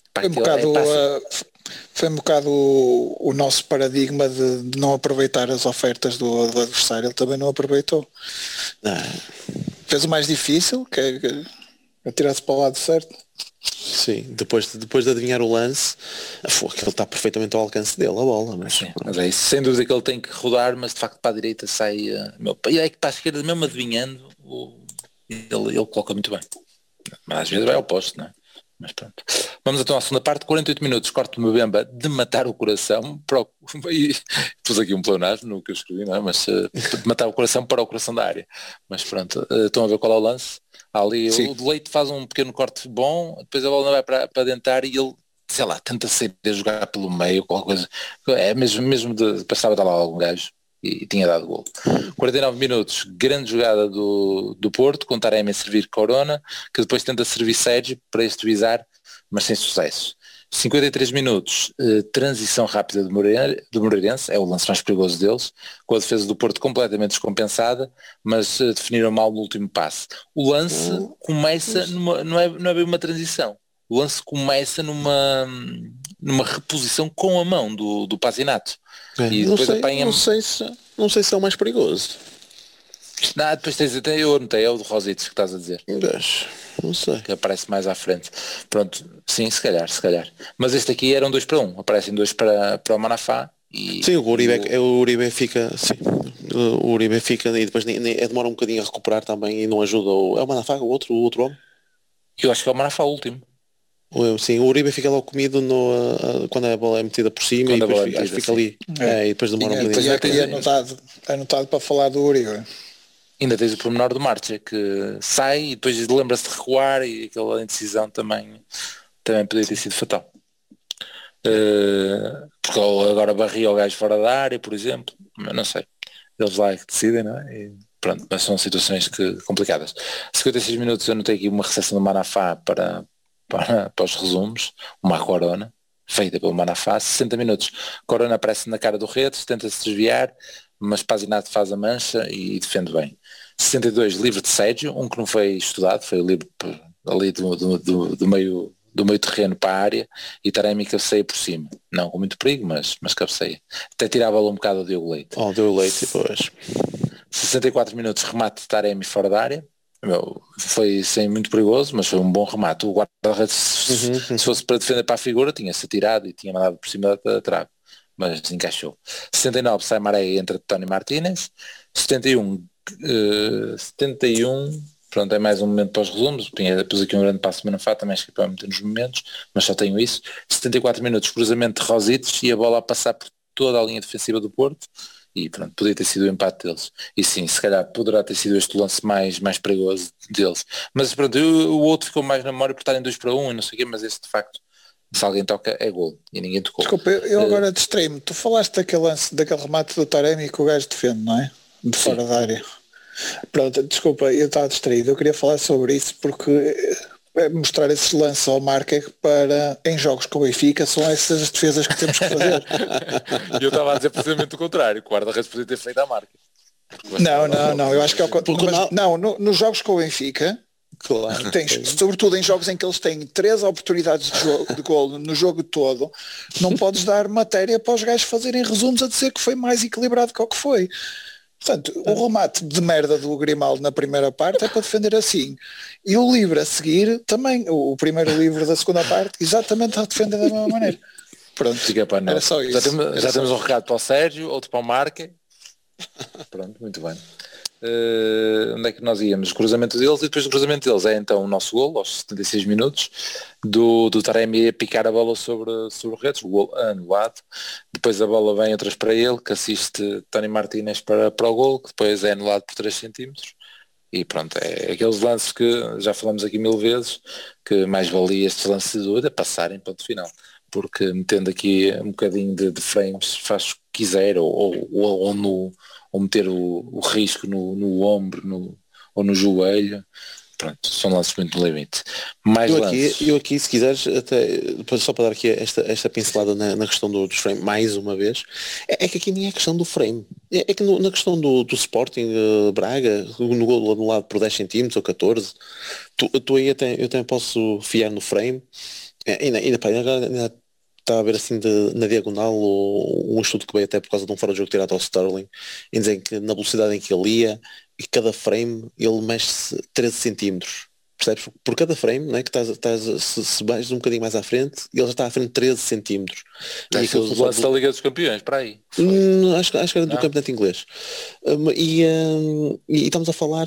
D: Foi um bocado o nosso paradigma de não aproveitar as ofertas do adversário, ele também não aproveitou. Fez o mais difícil, que é atirar-se para o lado certo.
E: Sim, depois de adivinhar o lance, aquilo está perfeitamente ao alcance dele, a bola.
C: Mas é isso, sem dúvida que ele tem que rodar, mas de facto para a direita sai... e é que para a esquerda, mesmo adivinhando, ele coloca muito bem. Mas às vezes vai ao posto, não é? Mas pronto. Vamos então à segunda parte, 48 minutos, corte do Mbemba de matar o coração, pus aqui um pleonasmo no que eu escrevi, não é? Mas de matar o coração para o coração da área. Mas pronto, estão a ver qual é o lance? Ali o Leite faz um pequeno corte bom, depois a bola vai para dentro e ele, sei lá, tenta sair a jogar pelo meio, qualquer coisa. É mesmo passava de lá algum gajo e tinha dado gol. 49 minutos, grande jogada do Porto, com Taremi a servir Corona, que depois tenta servir Sérgio para este visar, mas sem sucesso. 53 minutos, transição rápida do Moreirense, é o lance mais perigoso deles, com a defesa do Porto completamente descompensada, mas definiram mal no último passe. O lance começa não é bem uma transição, o lance começa numa reposição com a mão do Pazinato. E depois
E: não sei se é o mais perigoso.
C: Depois eu anotei, é o do Rositos que estás a dizer.
E: Não sei.
C: Que aparece mais à frente. Pronto, sim, se calhar. Mas este aqui eram 2 para 1. Aparecem 2 para o Manafá.
E: Sim, o Uribe fica. Sim, o Uribe fica e depois demora um bocadinho a recuperar também e não ajuda. É o Manafá, o outro homem?
C: Eu acho que é o Manafá o último.
E: Sim, o Uribe fica logo comido quando a bola é metida por cima e depois fica ali. E depois demora um bocadinho.
D: Anotado para falar do Uribe.
C: Ainda tens o pormenor do Marcha, que sai e depois lembra-se de recuar e aquela indecisão também poderia ter sido fatal. Porque agora barria o gajo fora da área, por exemplo, não sei. Eles lá é que decidem, não é? E pronto, mas são situações complicadas. 56 minutos eu notei aqui uma recepção do Manafá para os resumos, uma Corona, feita pelo Manafá. 60 minutos, Corona aparece na cara do Redes, tenta-se desviar, mas Pazinato faz a mancha e defende bem. 62, livre de Sérgio, um que não foi estudado, foi livre ali do meio terreno para a área, e Taremi cabeceia por cima, não com muito perigo, mas cabeceia. Até tirava um bocado o Diogo Leite.
E: Diogo Leite depois.
C: 64 minutos, remate de Taremi fora da área. Foi sem muito perigoso, mas foi um bom remate. O guarda-redes, se fosse para defender para a figura, tinha-se atirado e tinha mandado por cima da trave, mas encaixou. 69, sai Maré e entra Tony Martínez. 71, pronto, é mais um momento para os resumos. Pus aqui um grande passo de Manafá, também esqueci para meter nos momentos, mas só tenho isso. 74 minutos, cruzamento de Rositos e a bola a passar por toda a linha defensiva do Porto. E pronto, podia ter sido o empate deles. E sim, se calhar poderá ter sido este lance mais perigoso deles. Mas pronto, o outro ficou mais na memória por estarem 2 para 1 e não sei o quê, mas este de facto, se alguém toca, é gol. E ninguém tocou.
D: Desculpa, eu agora distraí-me. Tu falaste daquele lance, daquele remate do Taremi que o gajo defende, não é? De fora da área. Pronto, desculpa, eu estava distraído. Eu queria falar sobre isso porque mostrar esses lances ao Marca para, em jogos com o Benfica, são essas as defesas que temos que fazer.
C: E eu estava a dizer precisamente o contrário, que o guarda-redes podia ter feito a Marca.
D: Não, eu acho que é o contrário. Não, nos jogos com o Benfica, claro, sobretudo em jogos em que eles têm 3 oportunidades de golo no jogo todo, não podes dar matéria para os gajos fazerem resumos a dizer que foi mais equilibrado que o que foi. Portanto, o remate de merda do Grimaldo na primeira parte é para defender assim. E o livro a seguir também, o primeiro livro da segunda parte, exatamente a defender da mesma maneira. Pronto,
C: Fica para nós.
D: era só isso.
C: Já temos um recado para o Sérgio, outro para o Marque. Pronto, muito bem. Onde é que nós íamos? Cruzamento deles, e depois do cruzamento deles é então o nosso golo aos 76 minutos do Taremi a picar a bola sobre o redes, o golo anulado. Depois a bola vem outras para ele, que assiste Tony Martínez para o golo, que depois é anulado por 3 centímetros. E pronto, é aqueles lances que já falamos aqui 1000 vezes, que mais valia estes lances de dúvida passarem ponto final, porque metendo aqui um bocadinho de frames faz o que quiser, ou meter o risco no ombro ou no joelho. Pronto, são lances muito no limite.
E: Eu aqui, se quiseres, até só para dar aqui esta pincelada na questão dos frame, mais uma vez, é que aqui nem é questão do frame. É que na questão do Sporting Braga, no golo anulado por 10 centímetros ou 14, tu aí eu também posso fiar no frame. Ainda está a ver assim na diagonal um estudo que veio até por causa de um fora de jogo tirado ao Sterling, em dizer que na velocidade em que ele ia, e cada frame ele mexe-se 13 centímetros. Percebes? Por cada frame, não é? Que se vais um bocadinho mais à frente, ele já está à frente 13 centímetros.
C: E aquilo do lance da Liga dos Campeões, para aí.
E: Acho que era do campeonato inglês. E estamos a falar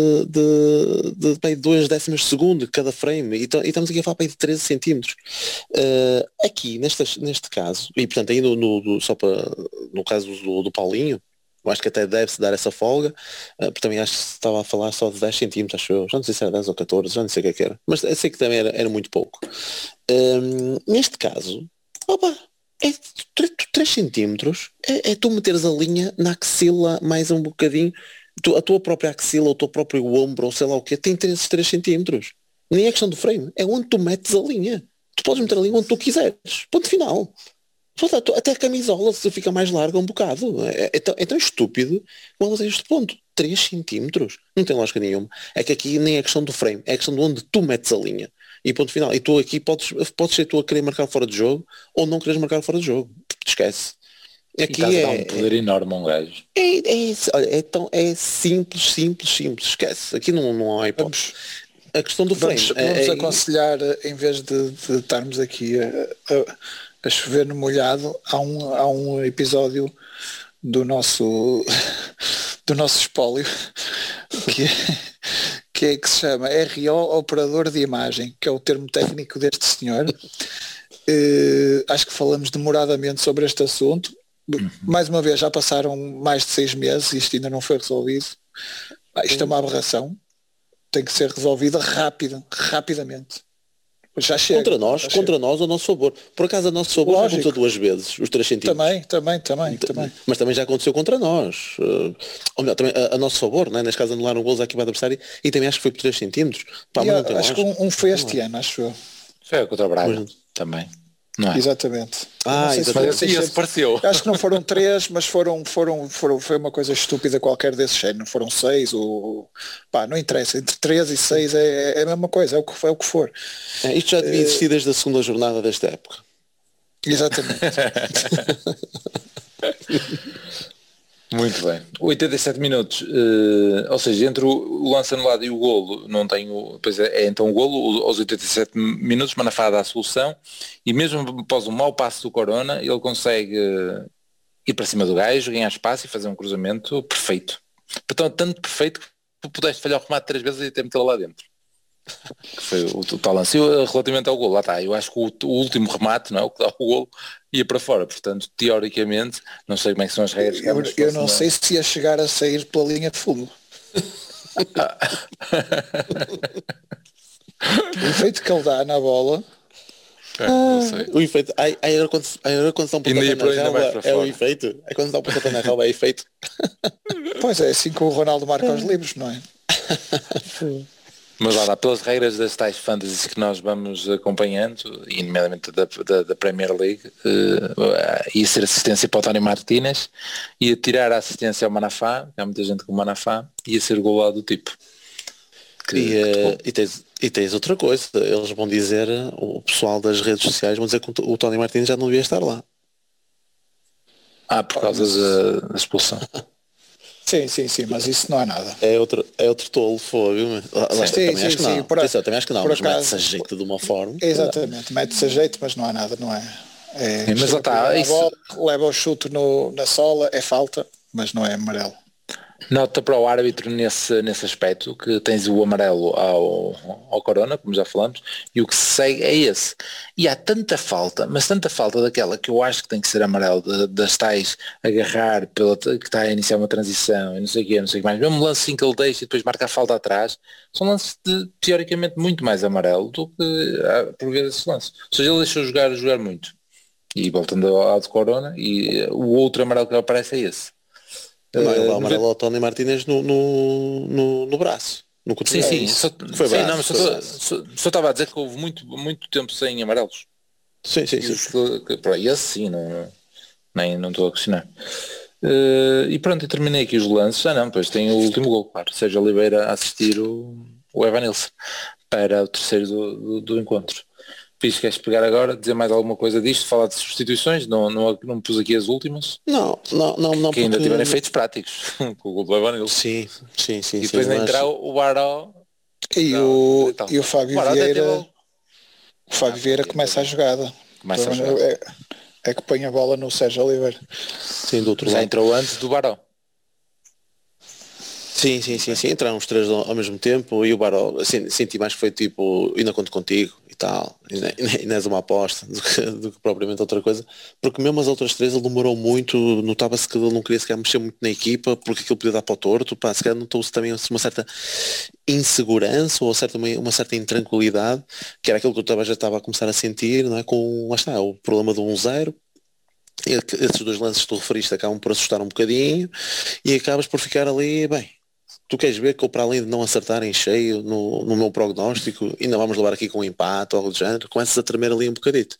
E: de 2 décimas de segundo cada frame, e estamos aqui a falar de 13 centímetros. Aqui, neste caso, e portanto aí só para, no caso do Paulinho, eu acho que até deve-se dar essa folga, porque também acho que se estava a falar só de 10 centímetros, acho eu. Já não sei se era 10 ou 14, já não sei o que era. Mas eu sei que também era muito pouco. Neste caso, opa, 3 centímetros é tu meteres a linha na axila mais um bocadinho, a tua própria axila, ou o teu próprio ombro, ou sei lá o que, tem 3 centímetros. Nem é questão do frame, é onde tu metes a linha. Tu podes meter a linha onde tu quiseres. Ponto final. Até a camisola se fica mais larga um bocado. É tão estúpido quando a este ponto. 3 centímetros. Não tem lógica nenhuma. É que aqui nem é questão do frame, é questão de onde tu metes a linha. E ponto final. E tu aqui podes ser tu a querer marcar fora de jogo ou não queres marcar fora de jogo. Esquece.
C: Aqui é um poder enorme um gajo.
E: É simples. Esquece. Aqui não há hipótese. A questão do frame.
D: Vamos aconselhar, em vez de estarmos aqui a chover no molhado, há um episódio do nosso espólio que se chama RO Operador de Imagem, que é o termo técnico deste senhor. Acho que falamos demoradamente sobre este assunto. Mais uma vez, já passaram mais de 6 meses e isto ainda não foi resolvido. Isto é uma aberração, tem que ser resolvida rapidamente. Já chega.
E: Contra nós, a nosso favor. Por acaso, a nosso favor já aconteceu 2 vezes, os 3 centímetros.
D: Também.
E: Mas também já aconteceu contra nós. Ou melhor, também a nosso favor, não é? Neste caso anularam golos à equipa adversária, e também acho que foi por 3 centímetros.
D: Acho que um foi este ano, acho eu.
C: Foi contra o Braga também. Não é?
D: Exatamente.
C: Esse pareceu.
D: Acho que não foram 3, mas foi uma coisa estúpida qualquer desse género. Não foram 6 ou... não interessa. Entre 3 e 6 é a mesma coisa, é o que for.
E: Isto já devia existir desde a segunda jornada desta época.
D: Exatamente.
C: Muito bem. 87 minutos, ou seja, entre o lance anulado e o golo, não tem pois então o golo, aos 87 minutos, Manafá dá a solução, e mesmo após um mau passo do Corona, ele consegue ir para cima do gajo, ganhar espaço e fazer um cruzamento perfeito. Portanto, tanto perfeito que pudeste falhar o remate 3 vezes e até metê-lo lá dentro. Que foi o tal lance. Relativamente ao golo, lá está, eu acho que o último remate, não é, o que dá o golo, ia para fora, portanto, teoricamente, não sei como é que são as regras.
D: Eu não sei se ia chegar a sair pela linha de fundo. O efeito que ele dá na bola.
C: Não sei.
E: O efeito. Agora quando estão por na relva, é o efeito. É quando estão por na relva, é efeito.
D: Pois é, assim que o Ronaldo marca os livros, não é?
C: Mas lá, pelas regras das tais fantasies que nós vamos acompanhando, e nomeadamente da Premier League, ia ser assistência para o Tony Martínez, ia tirar a assistência ao Manafá, que há muita gente com o Manafá, ia ser gol lá do tipo.
E: E tens outra coisa, eles vão dizer, o pessoal das redes sociais vão dizer que o Tony Martínez já não devia estar lá.
C: Por causa da expulsão.
D: Sim, mas isso não é nada.
E: É outro tolo fogo. Também acho que não. Também acho que não, mas
D: acaso,
E: mete-se a jeito de uma forma.
D: Exatamente, mete-se a jeito, mas não há nada, não é?
C: Mas lá está,
D: leva o chute na sola, é falta, mas não é amarelo.
C: Nota para o árbitro nesse aspecto, que tens o amarelo ao Corona, como já falamos, e o que se segue é esse. E há tanta falta, mas tanta falta daquela que eu acho que tem que ser amarelo, das tais agarrar, que está a iniciar uma transição, e não sei o que mais. Mesmo um lance assim que ele deixa e depois marca a falta atrás, são lances teoricamente muito mais amarelo do que por vezes esse lance. Ou seja, ele deixou jogar muito. E voltando ao de Corona, e o outro amarelo que aparece é esse.
E: Não, ele dá amarelo ao Tony Martínez no braço. No cotovelo.
C: Sim,
E: foi braço.
C: Não, mas só estava a dizer que houve muito tempo sem amarelos.
E: Sim.
C: Para esse sim, não estou a questionar. E pronto, eu terminei aqui os lances. Pois tem o último gol, claro. Sérgio Oliveira a assistir o Evanilson para o terceiro do encontro. Fiz, queres pegar agora, dizer mais alguma coisa disto, falar de substituições, não me pus aqui as últimas.
E: Não.
C: Que ainda tiveram efeitos práticos, com o gol do Evanilson.
E: Sim.
C: E depois entrar o Baró.
D: E o Fábio Vieira. O Fábio Vieira começa a jogada. É que põe a bola no Sérgio Oliveira.
E: Sim, do outro lado.
C: Já entrou antes do Baró.
E: Sim, entraram os três ao mesmo tempo e o Baró, assim, senti mais que foi tipo, ainda conto contigo e tal, e não és uma aposta do que propriamente outra coisa, porque mesmo as outras três ele demorou muito, notava-se que ele não queria sequer mexer muito na equipa, porque aquilo podia dar para o torto, se calhar notou-se também uma certa insegurança ou uma certa intranquilidade, que era aquilo que eu já estava a começar a sentir, não é? Lá está, o problema do 1-0, esses dois lances que tu referiste acabam por assustar um bocadinho e acabas por ficar ali, bem, tu queres ver que eu, para além de não acertar em cheio no meu prognóstico, ainda vamos levar aqui com um empate ou algo do género, começas a tremer ali um bocadito.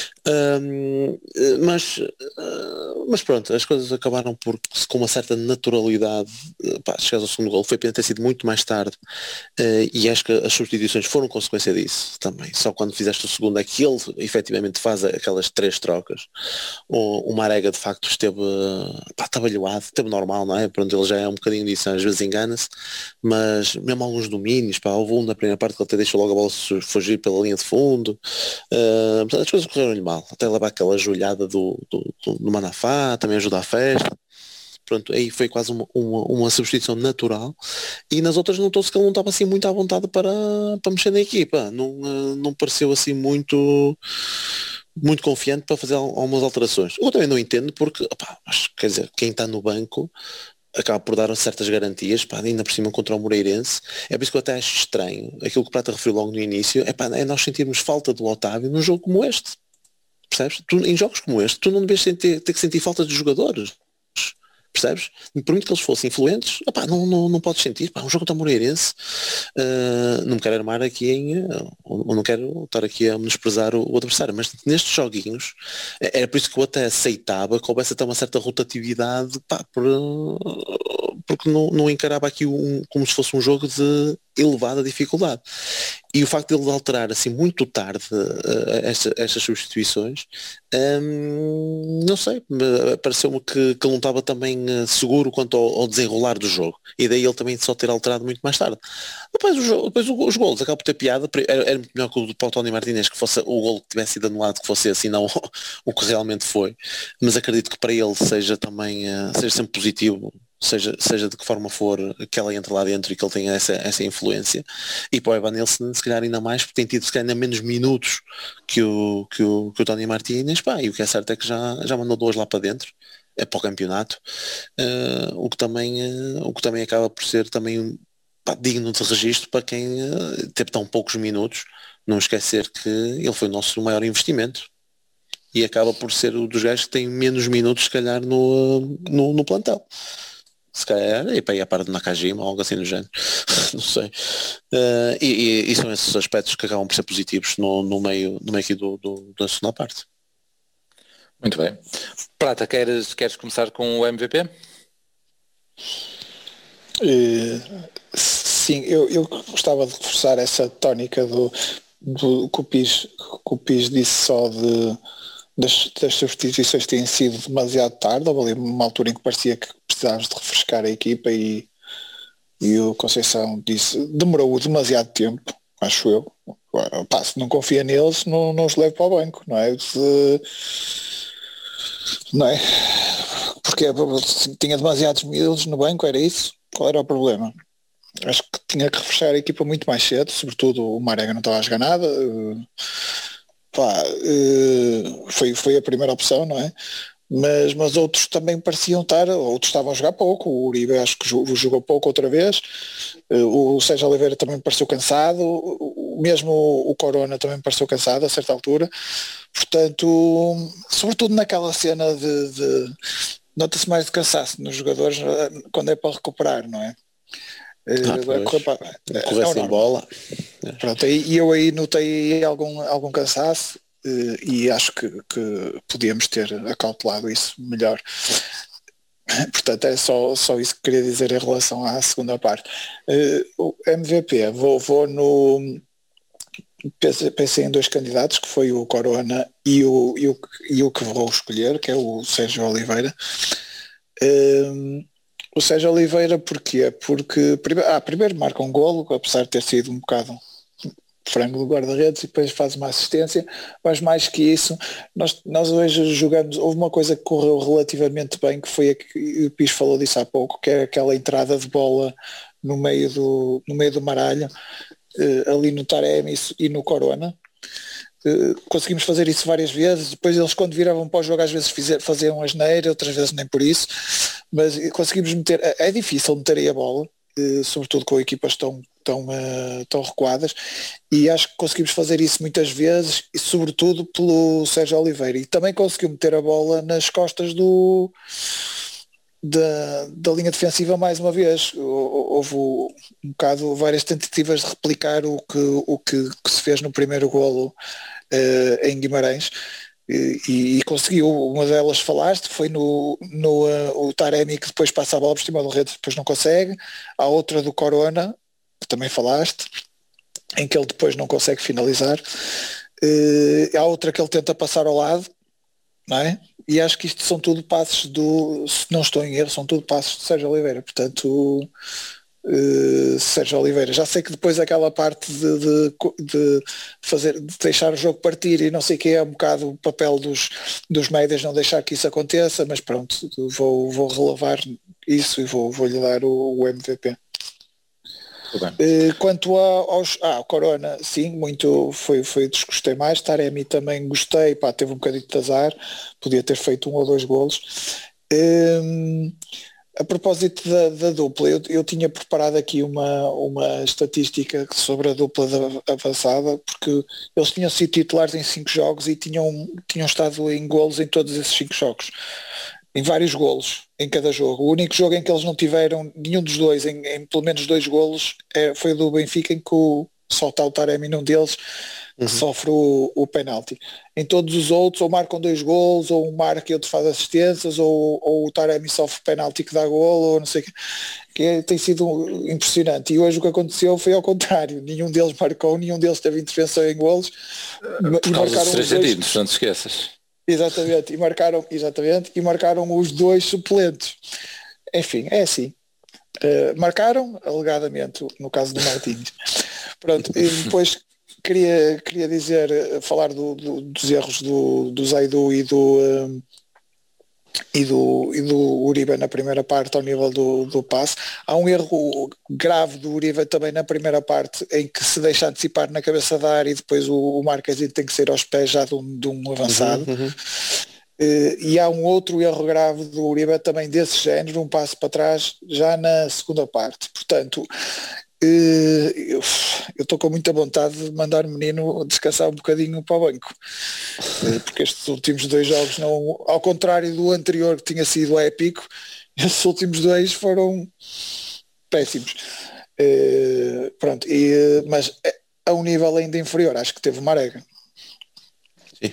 E: Mas pronto, as coisas acabaram por, com uma certa naturalidade, chegares ao segundo gol, foi pena ter sido muito mais tarde, e acho que as substituições foram consequência disso também. Só quando fizeste o segundo é que ele efetivamente faz aquelas três trocas. O Marega de facto esteve atabalhoado, esteve normal, não é? Pronto, ele já é um bocadinho disso, às vezes engana-se, mas mesmo alguns domínios, houve um na primeira parte que ele até deixou logo a bola fugir pela linha de fundo. Portanto, as coisas correram-lhe mal, até levar aquela joelhada do Manafá, também ajuda a festa. Pronto, aí foi quase uma substituição natural, e nas outras notou-se que ele não estava assim muito à vontade para mexer na equipa, não pareceu assim muito confiante para fazer algumas alterações. Eu também não entendo porque, quer dizer, quem está no banco acaba por dar certas garantias, ainda por cima contra o Moreirense. É por isso que eu até acho estranho aquilo que o Prata referiu logo no início, é nós sentirmos falta do Otávio num jogo como este, percebes? Em jogos como este tu não deves ter que sentir falta de jogadores, percebes? Por muito que eles fossem influentes, não podes sentir, um jogo contra o Moreirense, não me quero armar aqui ou não quero estar aqui a menosprezar o adversário, mas nestes joguinhos era por isso que eu até aceitava que houvesse até uma certa rotatividade, porque não encarava aqui como se fosse um jogo de elevada dificuldade. E o facto de ele alterar assim muito tarde estas substituições, não sei, pareceu-me que ele não estava também seguro quanto ao desenrolar do jogo, e daí ele também só ter alterado muito mais tarde. Depois os golos acabam por ter piada, era muito melhor que o do Tony Martínez, que fosse o golo que tivesse sido anulado, que fosse assim, não o que realmente foi, mas acredito que para ele seja também seja sempre positivo, seja de que forma for, que ela entre lá dentro e que ele tenha essa influência. E para o Evanilson se calhar ainda mais, porque tem tido se calhar ainda menos minutos que o Tony Martínez, e o que é certo é que já mandou 2 lá para dentro, é para o campeonato, o que também acaba por ser também digno de registro para quem teve tão poucos minutos. Não esquecer que ele foi o nosso maior investimento e acaba por ser um dos gajos que tem menos minutos se calhar no plantel. Se calhar e para ir a par de Nakajima ou algo assim do género. Não sei. E são esses aspectos que acabam por ser positivos no meio aqui da segunda parte.
C: Muito bem. Prata, queres começar com o MVP?
D: Sim, eu gostava de reforçar essa tónica do que o Pis disse só das substituições têm sido demasiado tarde. Houve ali uma altura em que parecia que precisávamos de refrescar a equipa e o Conceição disse, demorou demasiado tempo, acho eu. Pá, se não confia neles, não os leve para o banco, não é? Não é? Porque tinha demasiados miúdos no banco, era isso? Qual era o problema? Acho que tinha que refrescar a equipa muito mais cedo, sobretudo o Marega não estava a jogar nada. Pá, foi a primeira opção, não é? Mas outros também pareciam estar, outros estavam a jogar pouco, o Uribe acho que jogou pouco outra vez, o Sérgio Oliveira também me pareceu cansado, mesmo o Corona também me pareceu cansado a certa altura, portanto, sobretudo naquela cena de nota-se mais de cansaço nos jogadores quando é para recuperar, não é?
E: Correr sem bola.
D: Pronto, e eu aí notei algum cansaço. E acho que podíamos ter acautelado isso melhor. Portanto, é só isso que queria dizer em relação à segunda parte. O MVP, vou no... Pensei em 2 candidatos, que foi o Corona e o que vou escolher, que é o Sérgio Oliveira. O Sérgio Oliveira porquê? Porque primeiro marca um golo, apesar de ter sido um bocado frango do guarda-redes, e depois faz uma assistência, mas mais que isso, nós hoje jogamos, houve uma coisa que correu relativamente bem, que foi a que o Pires falou disso há pouco, que é aquela entrada de bola no meio do maralho, ali no Taremi e no Corona. Conseguimos fazer isso várias vezes, depois eles quando viravam para o jogo às vezes faziam asneira, outras vezes nem por isso, mas conseguimos meter, é difícil meter aí a bola, sobretudo com equipas tão recuadas, e acho que conseguimos fazer isso muitas vezes, e sobretudo pelo Sérgio Oliveira, e também conseguiu meter a bola nas costas da linha defensiva mais uma vez. Houve um bocado várias tentativas de replicar o que se fez no primeiro golo em Guimarães, e conseguiu. Uma delas falaste, foi no o Taremi, que depois passa a bola por cima do rede, depois não consegue. Há outra do Corona, que também falaste, em que ele depois não consegue finalizar. Há outra que ele tenta passar ao lado, não é? E acho que isto são tudo passos se não estou em erro, são tudo passos de Sérgio Oliveira. Portanto, Sérgio Oliveira, já sei que depois aquela parte de deixar o jogo partir e não sei o que, é um bocado o papel dos médias não deixar que isso aconteça, mas pronto, vou relevar isso e vou-lhe dar o MVP. Quanto ao Corona, sim, muito foi desgostei mais. Taremi também gostei, teve um bocadinho de azar, podia ter feito 1 ou 2 golos. A propósito da dupla, eu tinha preparado aqui uma estatística sobre a dupla avançada, porque eles tinham sido titulares em 5 jogos e tinham estado em golos em todos esses 5 jogos, em vários golos em cada jogo. O único jogo em que eles não tiveram nenhum dos dois em pelo menos 2 golos foi o do Benfica, em que só está o Taremi num deles, que sofre o penalti. Em todos os outros, ou marcam 2 golos, ou um marca e outro faz assistências, ou o Taremi sofre penalti que dá golo, ou não sei o que tem sido impressionante. E hoje o que aconteceu foi ao contrário, nenhum deles marcou, nenhum deles teve intervenção em golos,
C: por causa dos 3 sentidos, não te esqueças.
D: Exatamente, e marcaram os 2 suplentes. Enfim, é assim. Marcaram, alegadamente, no caso do Martins. Pronto, e depois queria falar dos erros do Zaidu e do Uribe na primeira parte ao nível do passe. Há um erro grave do Uribe também na primeira parte, em que se deixa antecipar na cabeça da área e depois o Marquezine tem que ser aos pés já de um avançado. E há um outro erro grave do Uribe também desse género, um passo para trás já na segunda parte. Portanto, eu estou com muita vontade de mandar o menino descansar um bocadinho para o banco, porque estes últimos 2 jogos, não, ao contrário do anterior que tinha sido épico, estes últimos 2 foram péssimos. Pronto, mas a um nível ainda inferior, acho que teve o Marega.
C: Sim.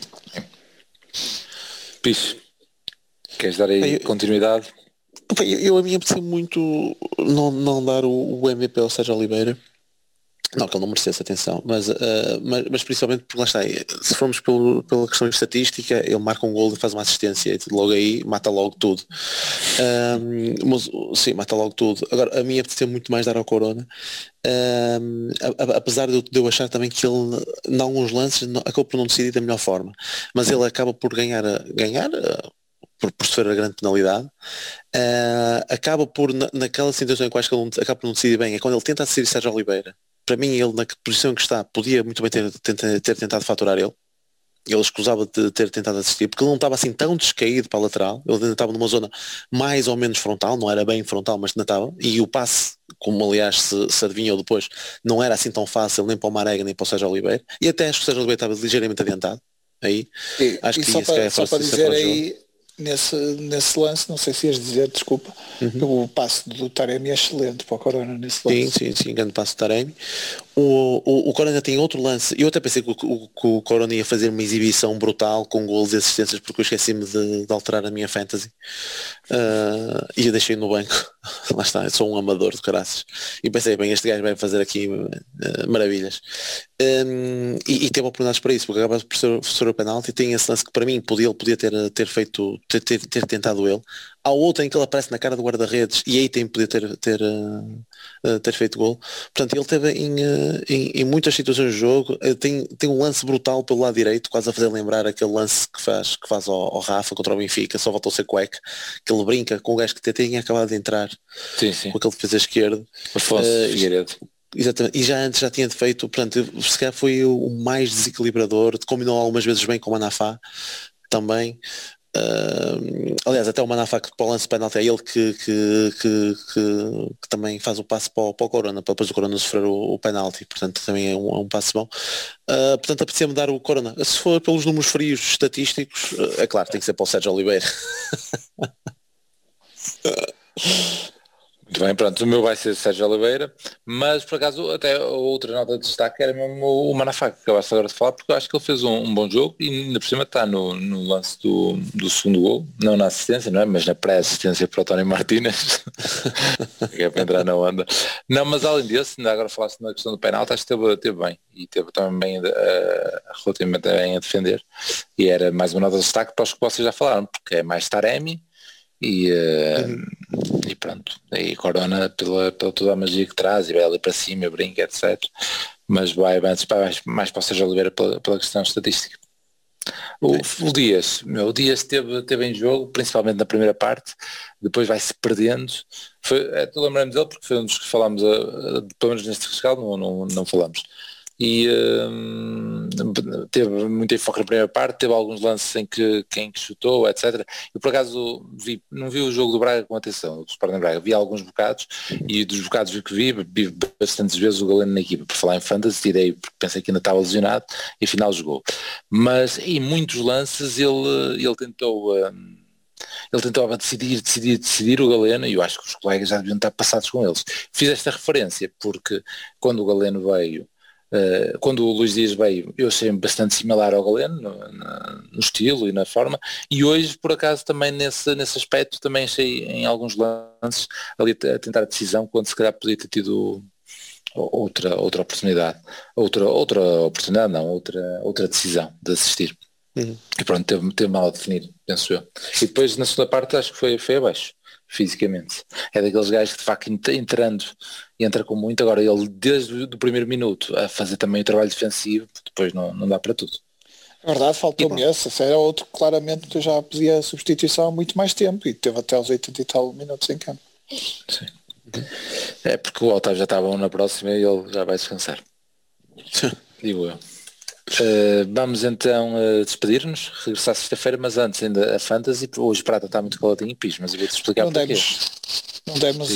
C: Pixe, queres dar aí continuidade?
E: Eu a mim apetece muito não dar o MVP ao Sérgio Oliveira, Não, que ele não merecesse atenção, mas principalmente porque lá está, se formos pela questão de estatística, ele marca um gol e faz uma assistência e logo aí mata logo tudo. Mas, sim, mata logo tudo. Agora, a mim apeteceu muito mais dar ao Corona, apesar de eu achar também que ele, em alguns lances, acabou por não decidir da melhor forma, mas ele acaba por ganhar por sofrer a grande penalidade, acaba por, naquela situação em que eu acho que ele acaba por não decidir bem, é quando ele tenta decidir Sérgio Oliveira. Para mim, ele na posição em que está, podia muito bem ter tentado faturar ele. Ele escusava de ter tentado assistir, porque ele não estava assim tão descaído para a lateral, ele ainda estava numa zona mais ou menos frontal, não era bem frontal, mas ainda estava, e o passe, como aliás se adivinhou depois, não era assim tão fácil nem para o Marega nem para o Sérgio Oliveira, e até acho que o Sérgio Oliveira estava ligeiramente adiantado, aí, acho que
D: só para dizer aí, nesse lance, não sei se ias dizer, desculpa, o passe do Taremi é excelente para o Corona nesse lance.
E: Sim, grande passo do Taremi. O Corona tem outro lance, eu até pensei que o Corona ia fazer uma exibição brutal com golos e assistências, porque eu esqueci-me de alterar a minha fantasy, e eu deixei no banco. Lá está, eu sou um amador de caraças e pensei, bem, este gajo vai fazer aqui maravilhas, e teve oportunidades para isso, porque acaba por ser o penalti, e tem esse lance que para mim ele podia ter feito, ter tentado ele. Há outro em que ele aparece na cara do guarda-redes e aí podia ter feito gol. Portanto, ele teve em muitas situações do jogo, tem um lance brutal pelo lado direito, quase a fazer lembrar aquele lance que faz ao Rafa contra o Benfica, só voltou a ser cueca, que ele brinca com o gajo que tinha acabado de entrar,
C: sim.
E: com aquele defesa esquerdo.
C: Afonso Figueiredo.
E: Exatamente, e já antes já tinha feito, portanto, se calhar foi o mais desequilibrador, combinou algumas vezes bem com o Manafá também. Aliás, até o Manafá que para o lance penalti é ele que também faz o passe para o Corona, para depois o Corona sofrer o penalti, portanto também é um passe bom. Portanto, apetecia-me dar o Corona. Se for pelos números frios estatísticos, é claro, tem que ser para o Sérgio Oliveira.
C: Muito bem, pronto, o meu vai ser Sérgio Oliveira, mas por acaso até a outra nota de destaque era mesmo o Manafá, que acabaste agora de falar, porque eu acho que ele fez um bom jogo e ainda por cima está no lance do segundo gol, não na assistência, não é? Mas na pré-assistência para o Tony Martínez, que é para entrar na onda. Não, mas além disso, ainda agora falaste na questão do penalti, acho que esteve bem, e teve também bem, relativamente bem a defender, e era mais uma nota de destaque para os que vocês já falaram, porque é mais Taremi, e pronto, e Corona pela toda a magia que traz e vai ali para cima, brinca, etc, mas vai mais para o Sérgio Oliveira pela questão estatística. O Dias teve em jogo, principalmente na primeira parte, depois vai-se perdendo, tu lembramos dele porque foi um dos que falámos, pelo menos neste rescaldo não falamos, e teve muito enfoque na primeira parte, teve alguns lances em que quem chutou, etc. Eu por acaso não vi o jogo do Braga com atenção, do Sporting Braga, vi alguns bocados, e dos bocados que vi bastantes vezes o Galeno na equipa. Por falar em fantasy, tirei porque pensei que ainda estava lesionado e afinal jogou, mas em muitos lances ele tentava decidir o Galeno, e eu acho que os colegas já deviam estar passados com eles. Fiz esta referência porque quando o Galeno veio, quando o Luís Dias veio, eu achei bastante similar ao Galeno no estilo e na forma, e hoje por acaso também nesse aspecto também achei em alguns lances ali a tentar a decisão, quando se calhar podia ter tido outra oportunidade, outra decisão de assistir. E pronto, teve mal a definir, penso eu. E depois na segunda parte acho que foi abaixo, fisicamente. É daqueles gajos que de facto entra com muito. Agora ele desde o primeiro minuto a fazer também o trabalho defensivo, depois não dá para tudo.
D: É verdade, faltou-me esse era outro claramente que eu já pedia a substituição há muito mais tempo e teve até aos 80 e tal minutos em campo.
C: Sim. É porque o Otávio já estava na próxima e ele já vai descansar. Digo eu. Vamos então despedir-nos, regressar sexta-feira, mas antes ainda a Fantasy. Hoje o Prata está muito caladinho em piso, mas eu vou-te explicar porquê.
D: Não demos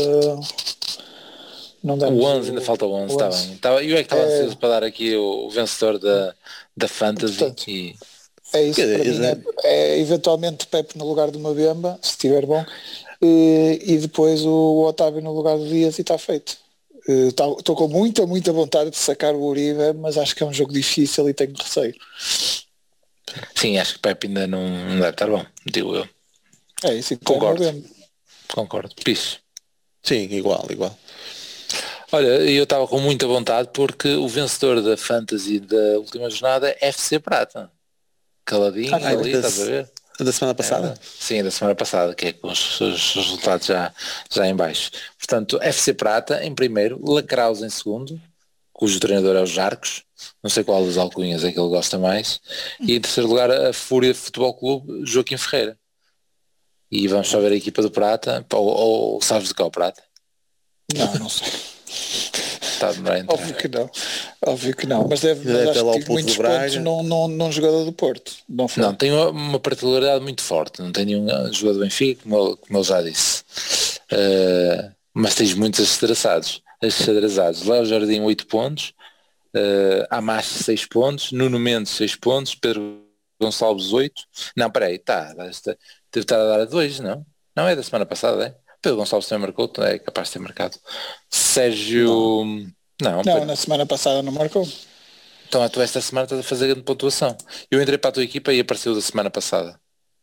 C: o 11, ainda falta o 11, está bem. Eu é que estava ansioso para dar aqui o vencedor da Fantasy. Portanto,
D: é isso, para mim é eventualmente Pepe no lugar do Mabemba, se estiver bom, e depois o Otávio no lugar do Dias e está feito. Estou com muita vontade de sacar o Uribe, mas acho que é um jogo difícil e tenho receio.
C: Sim, acho que o Pepe ainda não deve estar bom, digo eu.
D: É isso,
C: concordo. Piso.
E: Sim, igual.
C: Olha, eu estava com muita vontade porque o vencedor da Fantasy da última jornada é FC Prata. Caladinho ali, estás a ver?
E: Da semana passada?
C: Sim, da semana passada, que é com os resultados já em baixo. Portanto, FC Prata em primeiro, Lacraus em segundo, cujo treinador é o Jarcos, não sei qual das alcunhas é que ele gosta mais, e em terceiro lugar a Fúria Futebol Clube, Joaquim Ferreira. E vamos só ver a equipa do Prata, ou sabes de qual o Prata?
D: Não sei.
C: Está a demorar a entrar.
D: Óbvio que não, mas acho que tive muitos pontos num jogador do Porto.
C: Não, tem uma particularidade muito forte, não tem nenhum jogador do Benfica, como ele já disse. Mas tens muitos achadrazados. Léo Jardim 8 pontos, Amache 6 pontos, Nuno Mendes 6 pontos, Pedro Gonçalves 8. Não, peraí, deve estar a dar a 2, não? Não é da semana passada, é? Pedro Gonçalves também marcou, é capaz de ter marcado. Sérgio... Não,
D: na semana passada não marcou.
C: Então tu esta semana estás a fazer grande pontuação. Eu entrei para a tua equipa e apareceu da semana passada.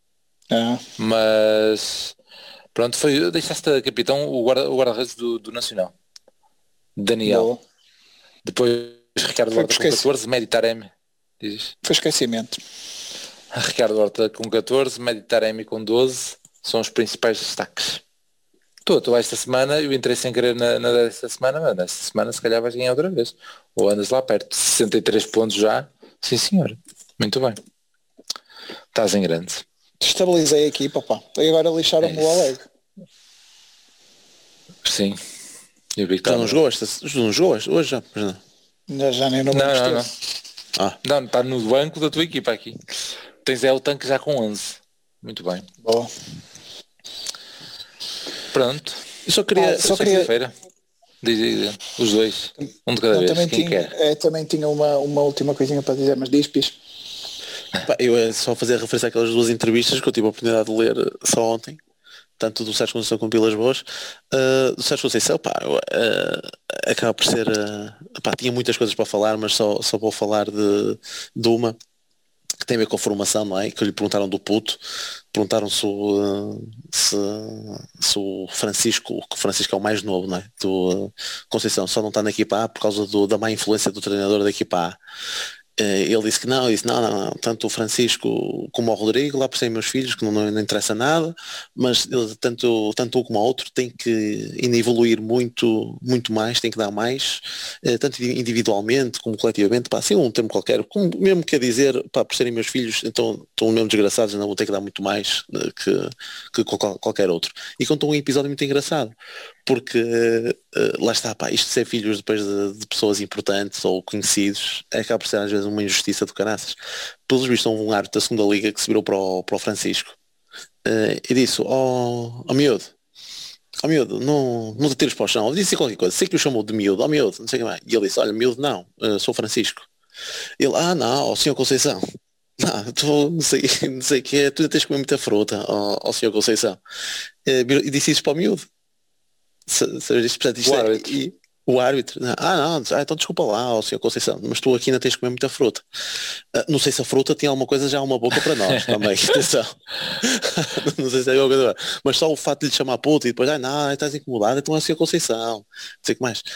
C: Mas pronto, deixaste a capitão o guarda-redes do Nacional. Daniel.
D: Boa.
C: Depois Ricardo Horta com 14, Meditaremi. Dizes?
D: Foi esquecimento.
C: Ricardo Horta com 14, Meditaremi com 12. São os principais destaques. Estou esta semana, eu entrei sem querer desta semana, mas nesta semana se calhar vais ganhar outra vez. Ou andas lá perto, 63 pontos já. Sim senhor, muito bem. Estás em grande.
D: Estabilizei a equipa, pá. E agora lixaram-me o Alegre.
C: Sim. Eu vi que
E: não jogou hoje já?
D: Já nem no banco
C: não, está no banco da tua equipa aqui. Tens o tanque já com 11. Muito bem.
D: Boa.
C: Pronto.
E: Eu só queria...
C: Diz, os dois. Um de cada vez.
D: Também tinha uma última coisinha para dizer, mas diz, Pis.
E: Eu é só fazer referência àquelas duas entrevistas que eu tive a oportunidade de ler só ontem, tanto do Sérgio Conceição como Vilas Boas. Do Sérgio Conceição, acaba por ser... tinha muitas coisas para falar, mas só vou falar de uma que tem a ver com a formação, não é? Que lhe perguntaram do puto, perguntaram se o Francisco, que o Francisco é o mais novo, não é? Do Conceição, só não está na equipa A por causa da má influência do treinador da equipa A. Ele disse que não, tanto o Francisco como o Rodrigo, lá por serem meus filhos, que não interessa nada, mas tanto um como o outro tem que ainda evoluir muito, muito mais, tem que dar mais, tanto individualmente como coletivamente, assim um termo qualquer, como mesmo quer dizer, por serem meus filhos, então estão mesmo desgraçados, não vão ter que dar muito mais que qualquer outro. E contou um episódio muito engraçado, porque lá está, isto de ser filhos depois de pessoas importantes ou conhecidos, acaba por ser às vezes uma injustiça do caraças. Pelos vistos, um árbitro da segunda liga que se virou para o Francisco e disse, miúdo, não te tires para o chão. Ele disse qualquer coisa, sei que o chamou de miúdo, miúdo, não sei o que mais. E ele disse, olha, miúdo não, sou Francisco. Ele, não, senhor Conceição. Não sei o que é, tu tens que comer muita fruta, senhor Conceição. E disse isso para o miúdo. O árbitro, então desculpa lá, senhor Conceição, mas tu aqui ainda tens que comer muita fruta. Não sei se a fruta tinha alguma coisa, já uma boca para nós também, atenção. Não sei se é alguma coisa, mas só o fato de lhe chamar puto e depois, estás incomodado, então é o senhor Conceição. Não sei o que mais.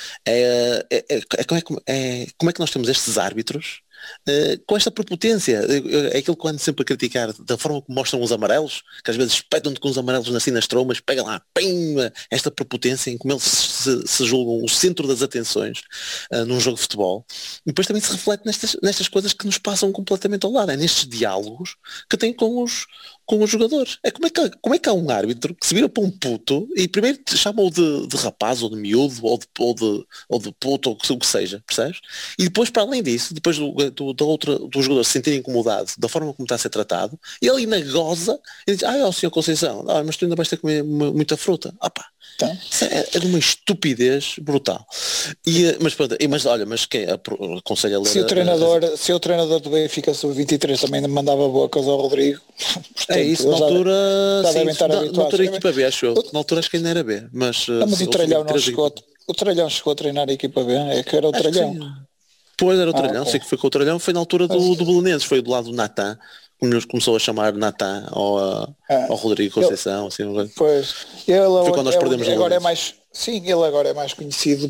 E: Como é que nós temos estes árbitros com esta prepotência? É aquilo que eu ando sempre a criticar, da forma como mostram os amarelos, que às vezes espetam-te com os amarelos assim nas trombas, pega lá, esta prepotência em como eles se julgam o centro das atenções num jogo de futebol, e depois também se reflete nestas coisas que nos passam completamente ao lado, nestes diálogos que têm com os jogadores. Como é que há um árbitro que se vira para um puto e primeiro te chama-o de rapaz ou de miúdo ou de puto ou o que seja, percebes? E depois, para além disso, depois do jogador se sentir incomodado da forma como está a ser tratado, ele ainda goza e diz, senhor Conceição, mas tu ainda vais ter que comer muita fruta. Então, é de uma estupidez brutal. Mas quem aconselha a ler...
D: Se o treinador do Benfica sub-23 também mandava bocas ao Rodrigo, portanto,
E: isso, na altura na altura equipa B, acho eu. Na altura acho que ainda era B, mas
D: o Tralhão não chegou. O Tralhão chegou a treinar a equipa B, é que era o Tralhão.
E: Pois era o Tralhão, sei que foi com o Tralhão, foi na altura do Belenenses, foi do lado do Natan, como nos começou a chamar Natan ao Rodrigo Conceição, assim.
D: Pois, foi quando nós perdemos agora Sim, ele agora é mais conhecido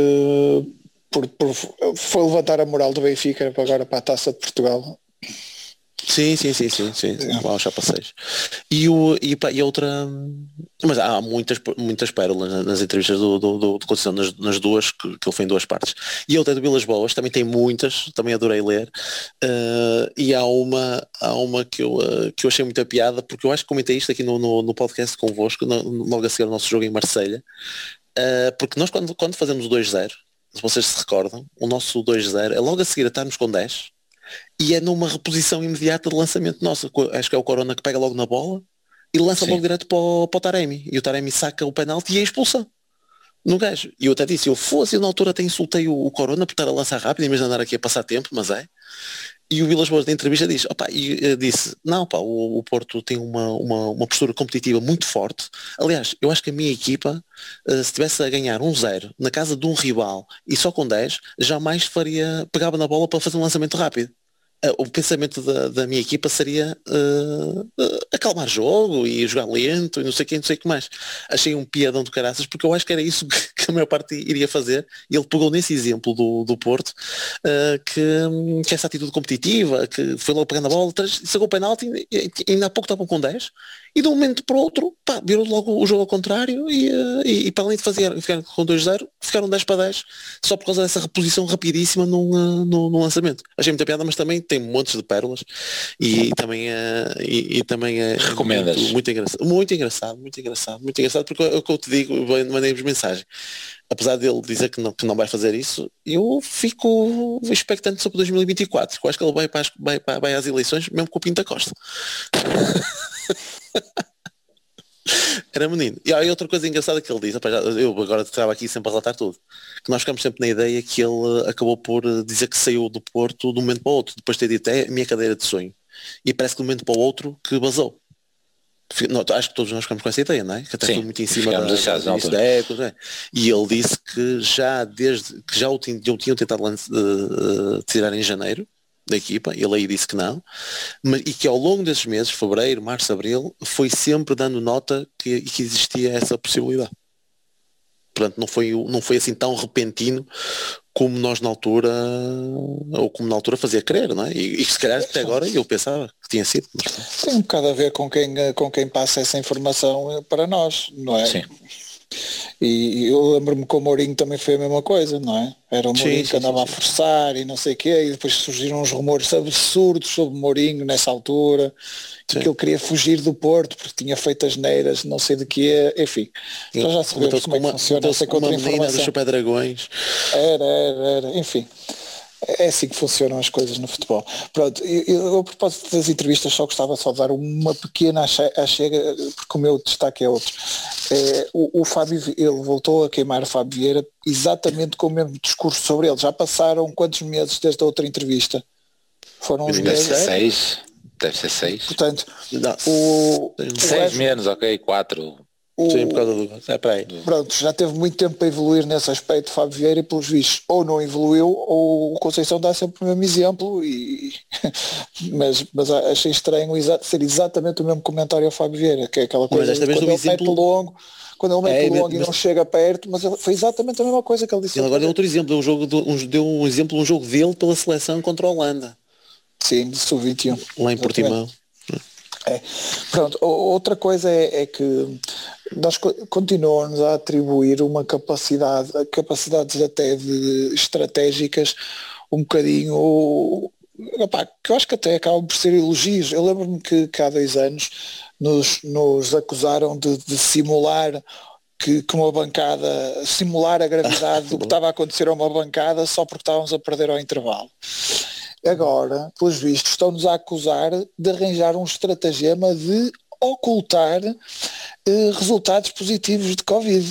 D: foi levantar a moral do Benfica agora para a Taça de Portugal.
E: Sim. Uau, já passei. E outra. Mas há muitas pérolas nas entrevistas do Conceição, nas duas, que ele foi em duas partes. E outra do Vilas Boas, também tem muitas, também adorei ler. E há uma que eu achei muita piada, porque eu acho que comentei isto aqui no podcast convosco, logo a seguir ao nosso jogo em Marselha. Porque nós quando fazemos o 2-0, se vocês se recordam, o nosso 2-0 é logo a seguir a estarmos com 10 e é numa reposição imediata de lançamento nosso. Acho que é o Corona que pega logo na bola e lança logo direto para o Taremi, e o Taremi saca o penalti e é expulsão no gajo. E eu até disse, eu na altura até insultei o Corona por estar a lançar rápido em vez de andar aqui a passar tempo, mas é. E o Vilas Boas da entrevista disse, não pá, o Porto tem uma postura competitiva muito forte. Aliás, eu acho que a minha equipa, se estivesse a ganhar 1-0 na casa de um rival e só com 10, jamais pegava na bola para fazer um lançamento rápido. O pensamento da minha equipa seria acalmar jogo e jogar lento e não sei o que mais. Achei um piadão do caraças, porque eu acho que era isso que a maior parte iria fazer, e ele pegou nesse exemplo do Porto, que essa atitude competitiva, que foi logo pegando a bola, sacou o penalti e ainda há pouco estavam com 10 e de um momento para o outro, pá, virou logo o jogo ao contrário e para além de ficar com 2-0, ficaram 10-10 só por causa dessa reposição rapidíssima no lançamento. Achei muita piada, mas também tem montes de pérolas e também é
C: Recomendas?
E: Muito engraçado, porque é o que eu te digo, mandei-vos mensagem. Apesar dele dizer que não vai fazer isso, eu fico expectante sobre 2024, que eu acho que ele vai às eleições mesmo com o Pinto da Costa. Era menino. E aí outra coisa engraçada que ele diz, eu agora estava aqui sempre a relatar tudo, que nós ficamos sempre na ideia que ele acabou por dizer que saiu do Porto de um momento para o outro, depois de ter dito, é a minha cadeira de sonho, e parece que de um momento para o outro que basou. Não, acho que todos nós ficamos com essa ideia, não é? Que até foi muito em cima e ele disse que já o tinham tentado tirar em janeiro da equipa, ele aí disse que não, e que ao longo desses meses, fevereiro, março, abril, foi sempre dando nota que existia essa possibilidade. Portanto, não foi assim tão repentino como nós na altura, ou como na altura fazia crer, não é? E se calhar até agora eu pensava que tinha sido.
D: Tem um bocado a ver com quem passa essa informação para nós, não é?
C: Sim.
D: E eu lembro-me que o Mourinho também foi a mesma coisa, não é? Era o Mourinho que andava a forçar e não sei o quê, e depois surgiram uns rumores absurdos sobre o Mourinho nessa altura, que ele queria fugir do Porto porque tinha feito as neiras, não sei de quê, enfim. Então já sabemos como é que funciona essa contra-informação. Era, enfim. É assim que funcionam as coisas no futebol. Pronto, eu a propósito das entrevistas só gostava de dar uma pequena achega, porque o meu destaque é outro. O Fábio, ele voltou a queimar o Fábio Vieira exatamente com o mesmo discurso sobre ele. Já passaram quantos meses desde a outra entrevista? Foram uns meses?
C: Deve ser 6.
D: Portanto,
C: 6 menos, ok, 4.
E: Sim, por causa do... para aí.
D: Pronto, já teve muito tempo para evoluir nesse aspecto, Fábio Vieira, e pelos vistos ou não evoluiu ou o Conceição dá sempre o mesmo exemplo mas achei estranho ser exatamente o mesmo comentário ao Fábio Vieira, que é aquela coisa quando ele mete longo, e não chega perto, mas foi exatamente a mesma coisa que ele disse.
E: Ele agora deu outro exemplo, deu um exemplo, um jogo dele pela seleção contra a Holanda.
D: Sim, de sub-21.
E: Lá em Portimão.
D: Pronto, outra coisa é que nós continuamos a atribuir uma capacidades até de estratégicas um bocadinho, que eu acho que até acabam por ser elogios. Eu lembro-me que há 2 anos nos acusaram de simular que uma bancada, simular a gravidade do que estava a acontecer a uma bancada só porque estávamos a perder ao intervalo. Agora, pelos vistos, estão-nos a acusar de arranjar um estratagema de ocultar resultados positivos de Covid.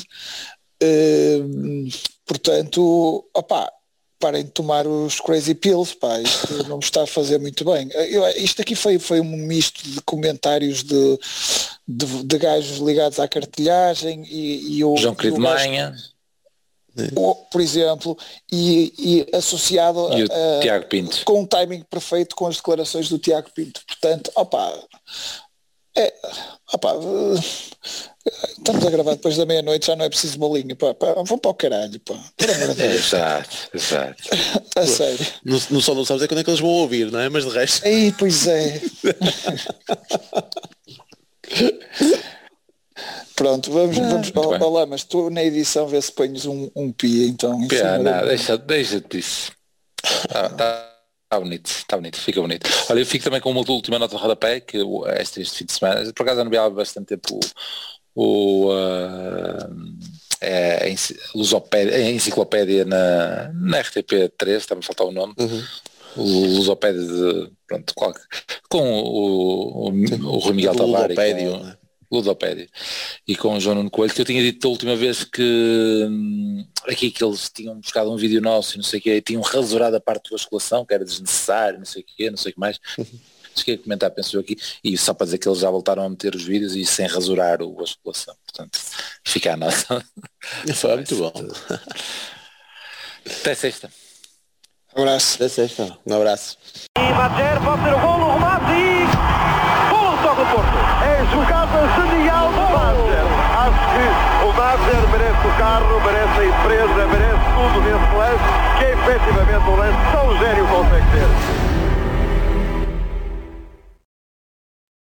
D: Portanto, parem de tomar os crazy pills, isto não me está a fazer muito bem. Isto aqui foi um misto de comentários de gajos ligados à cartilhagem e o
C: João Querido Manha,
D: por exemplo, e associado
C: e o Tiago Pinto,
D: com um timing perfeito com as declarações do Tiago Pinto. Portanto, Opá, estamos a gravar depois da meia-noite, já não é preciso bolinho, pá, vou para o caralho, pá. Por amor de Deus.
C: Exato.
D: A sério.
E: Só não sabes é quando é que eles vão ouvir, não é? Mas de resto.
D: Ei, pois é. Pronto, vamos. Olá, mas tu na edição vê se pões um pi, então.
C: Não, deixa disso. Está bonito, fica bonito. Olha, eu fico também com uma última nota de rodapé, que este fim de semana, por acaso não há bastante tempo a enciclopédia na RTP3, estava a faltar o nome, o Lusopédia com o Rui Miguel Tavares, Ludopédia, e com o João Nuno Coelho, que eu tinha dito da última vez que eles tinham buscado um vídeo nosso e não sei o que, e tinham rasurado a parte da vasculação, que era desnecessário, não sei o que, não sei o que mais. Cheguei a comentar, penso eu aqui, e só para dizer que eles já voltaram a meter os vídeos e sem rasurar a vasculação, portanto, fica a nota.
E: Foi muito bom.
C: Até sexta.
D: Um abraço.
E: Até sexta. Um abraço.
B: E Madjer pode ter o golo, o remate e... Golo toca o Porto.
A: É jogada genial do Madjer. Acho que o Madjer merece o carro, merece a empresa, merece tudo nesse lance, que é efetivamente um lance tão gênio consegue ter.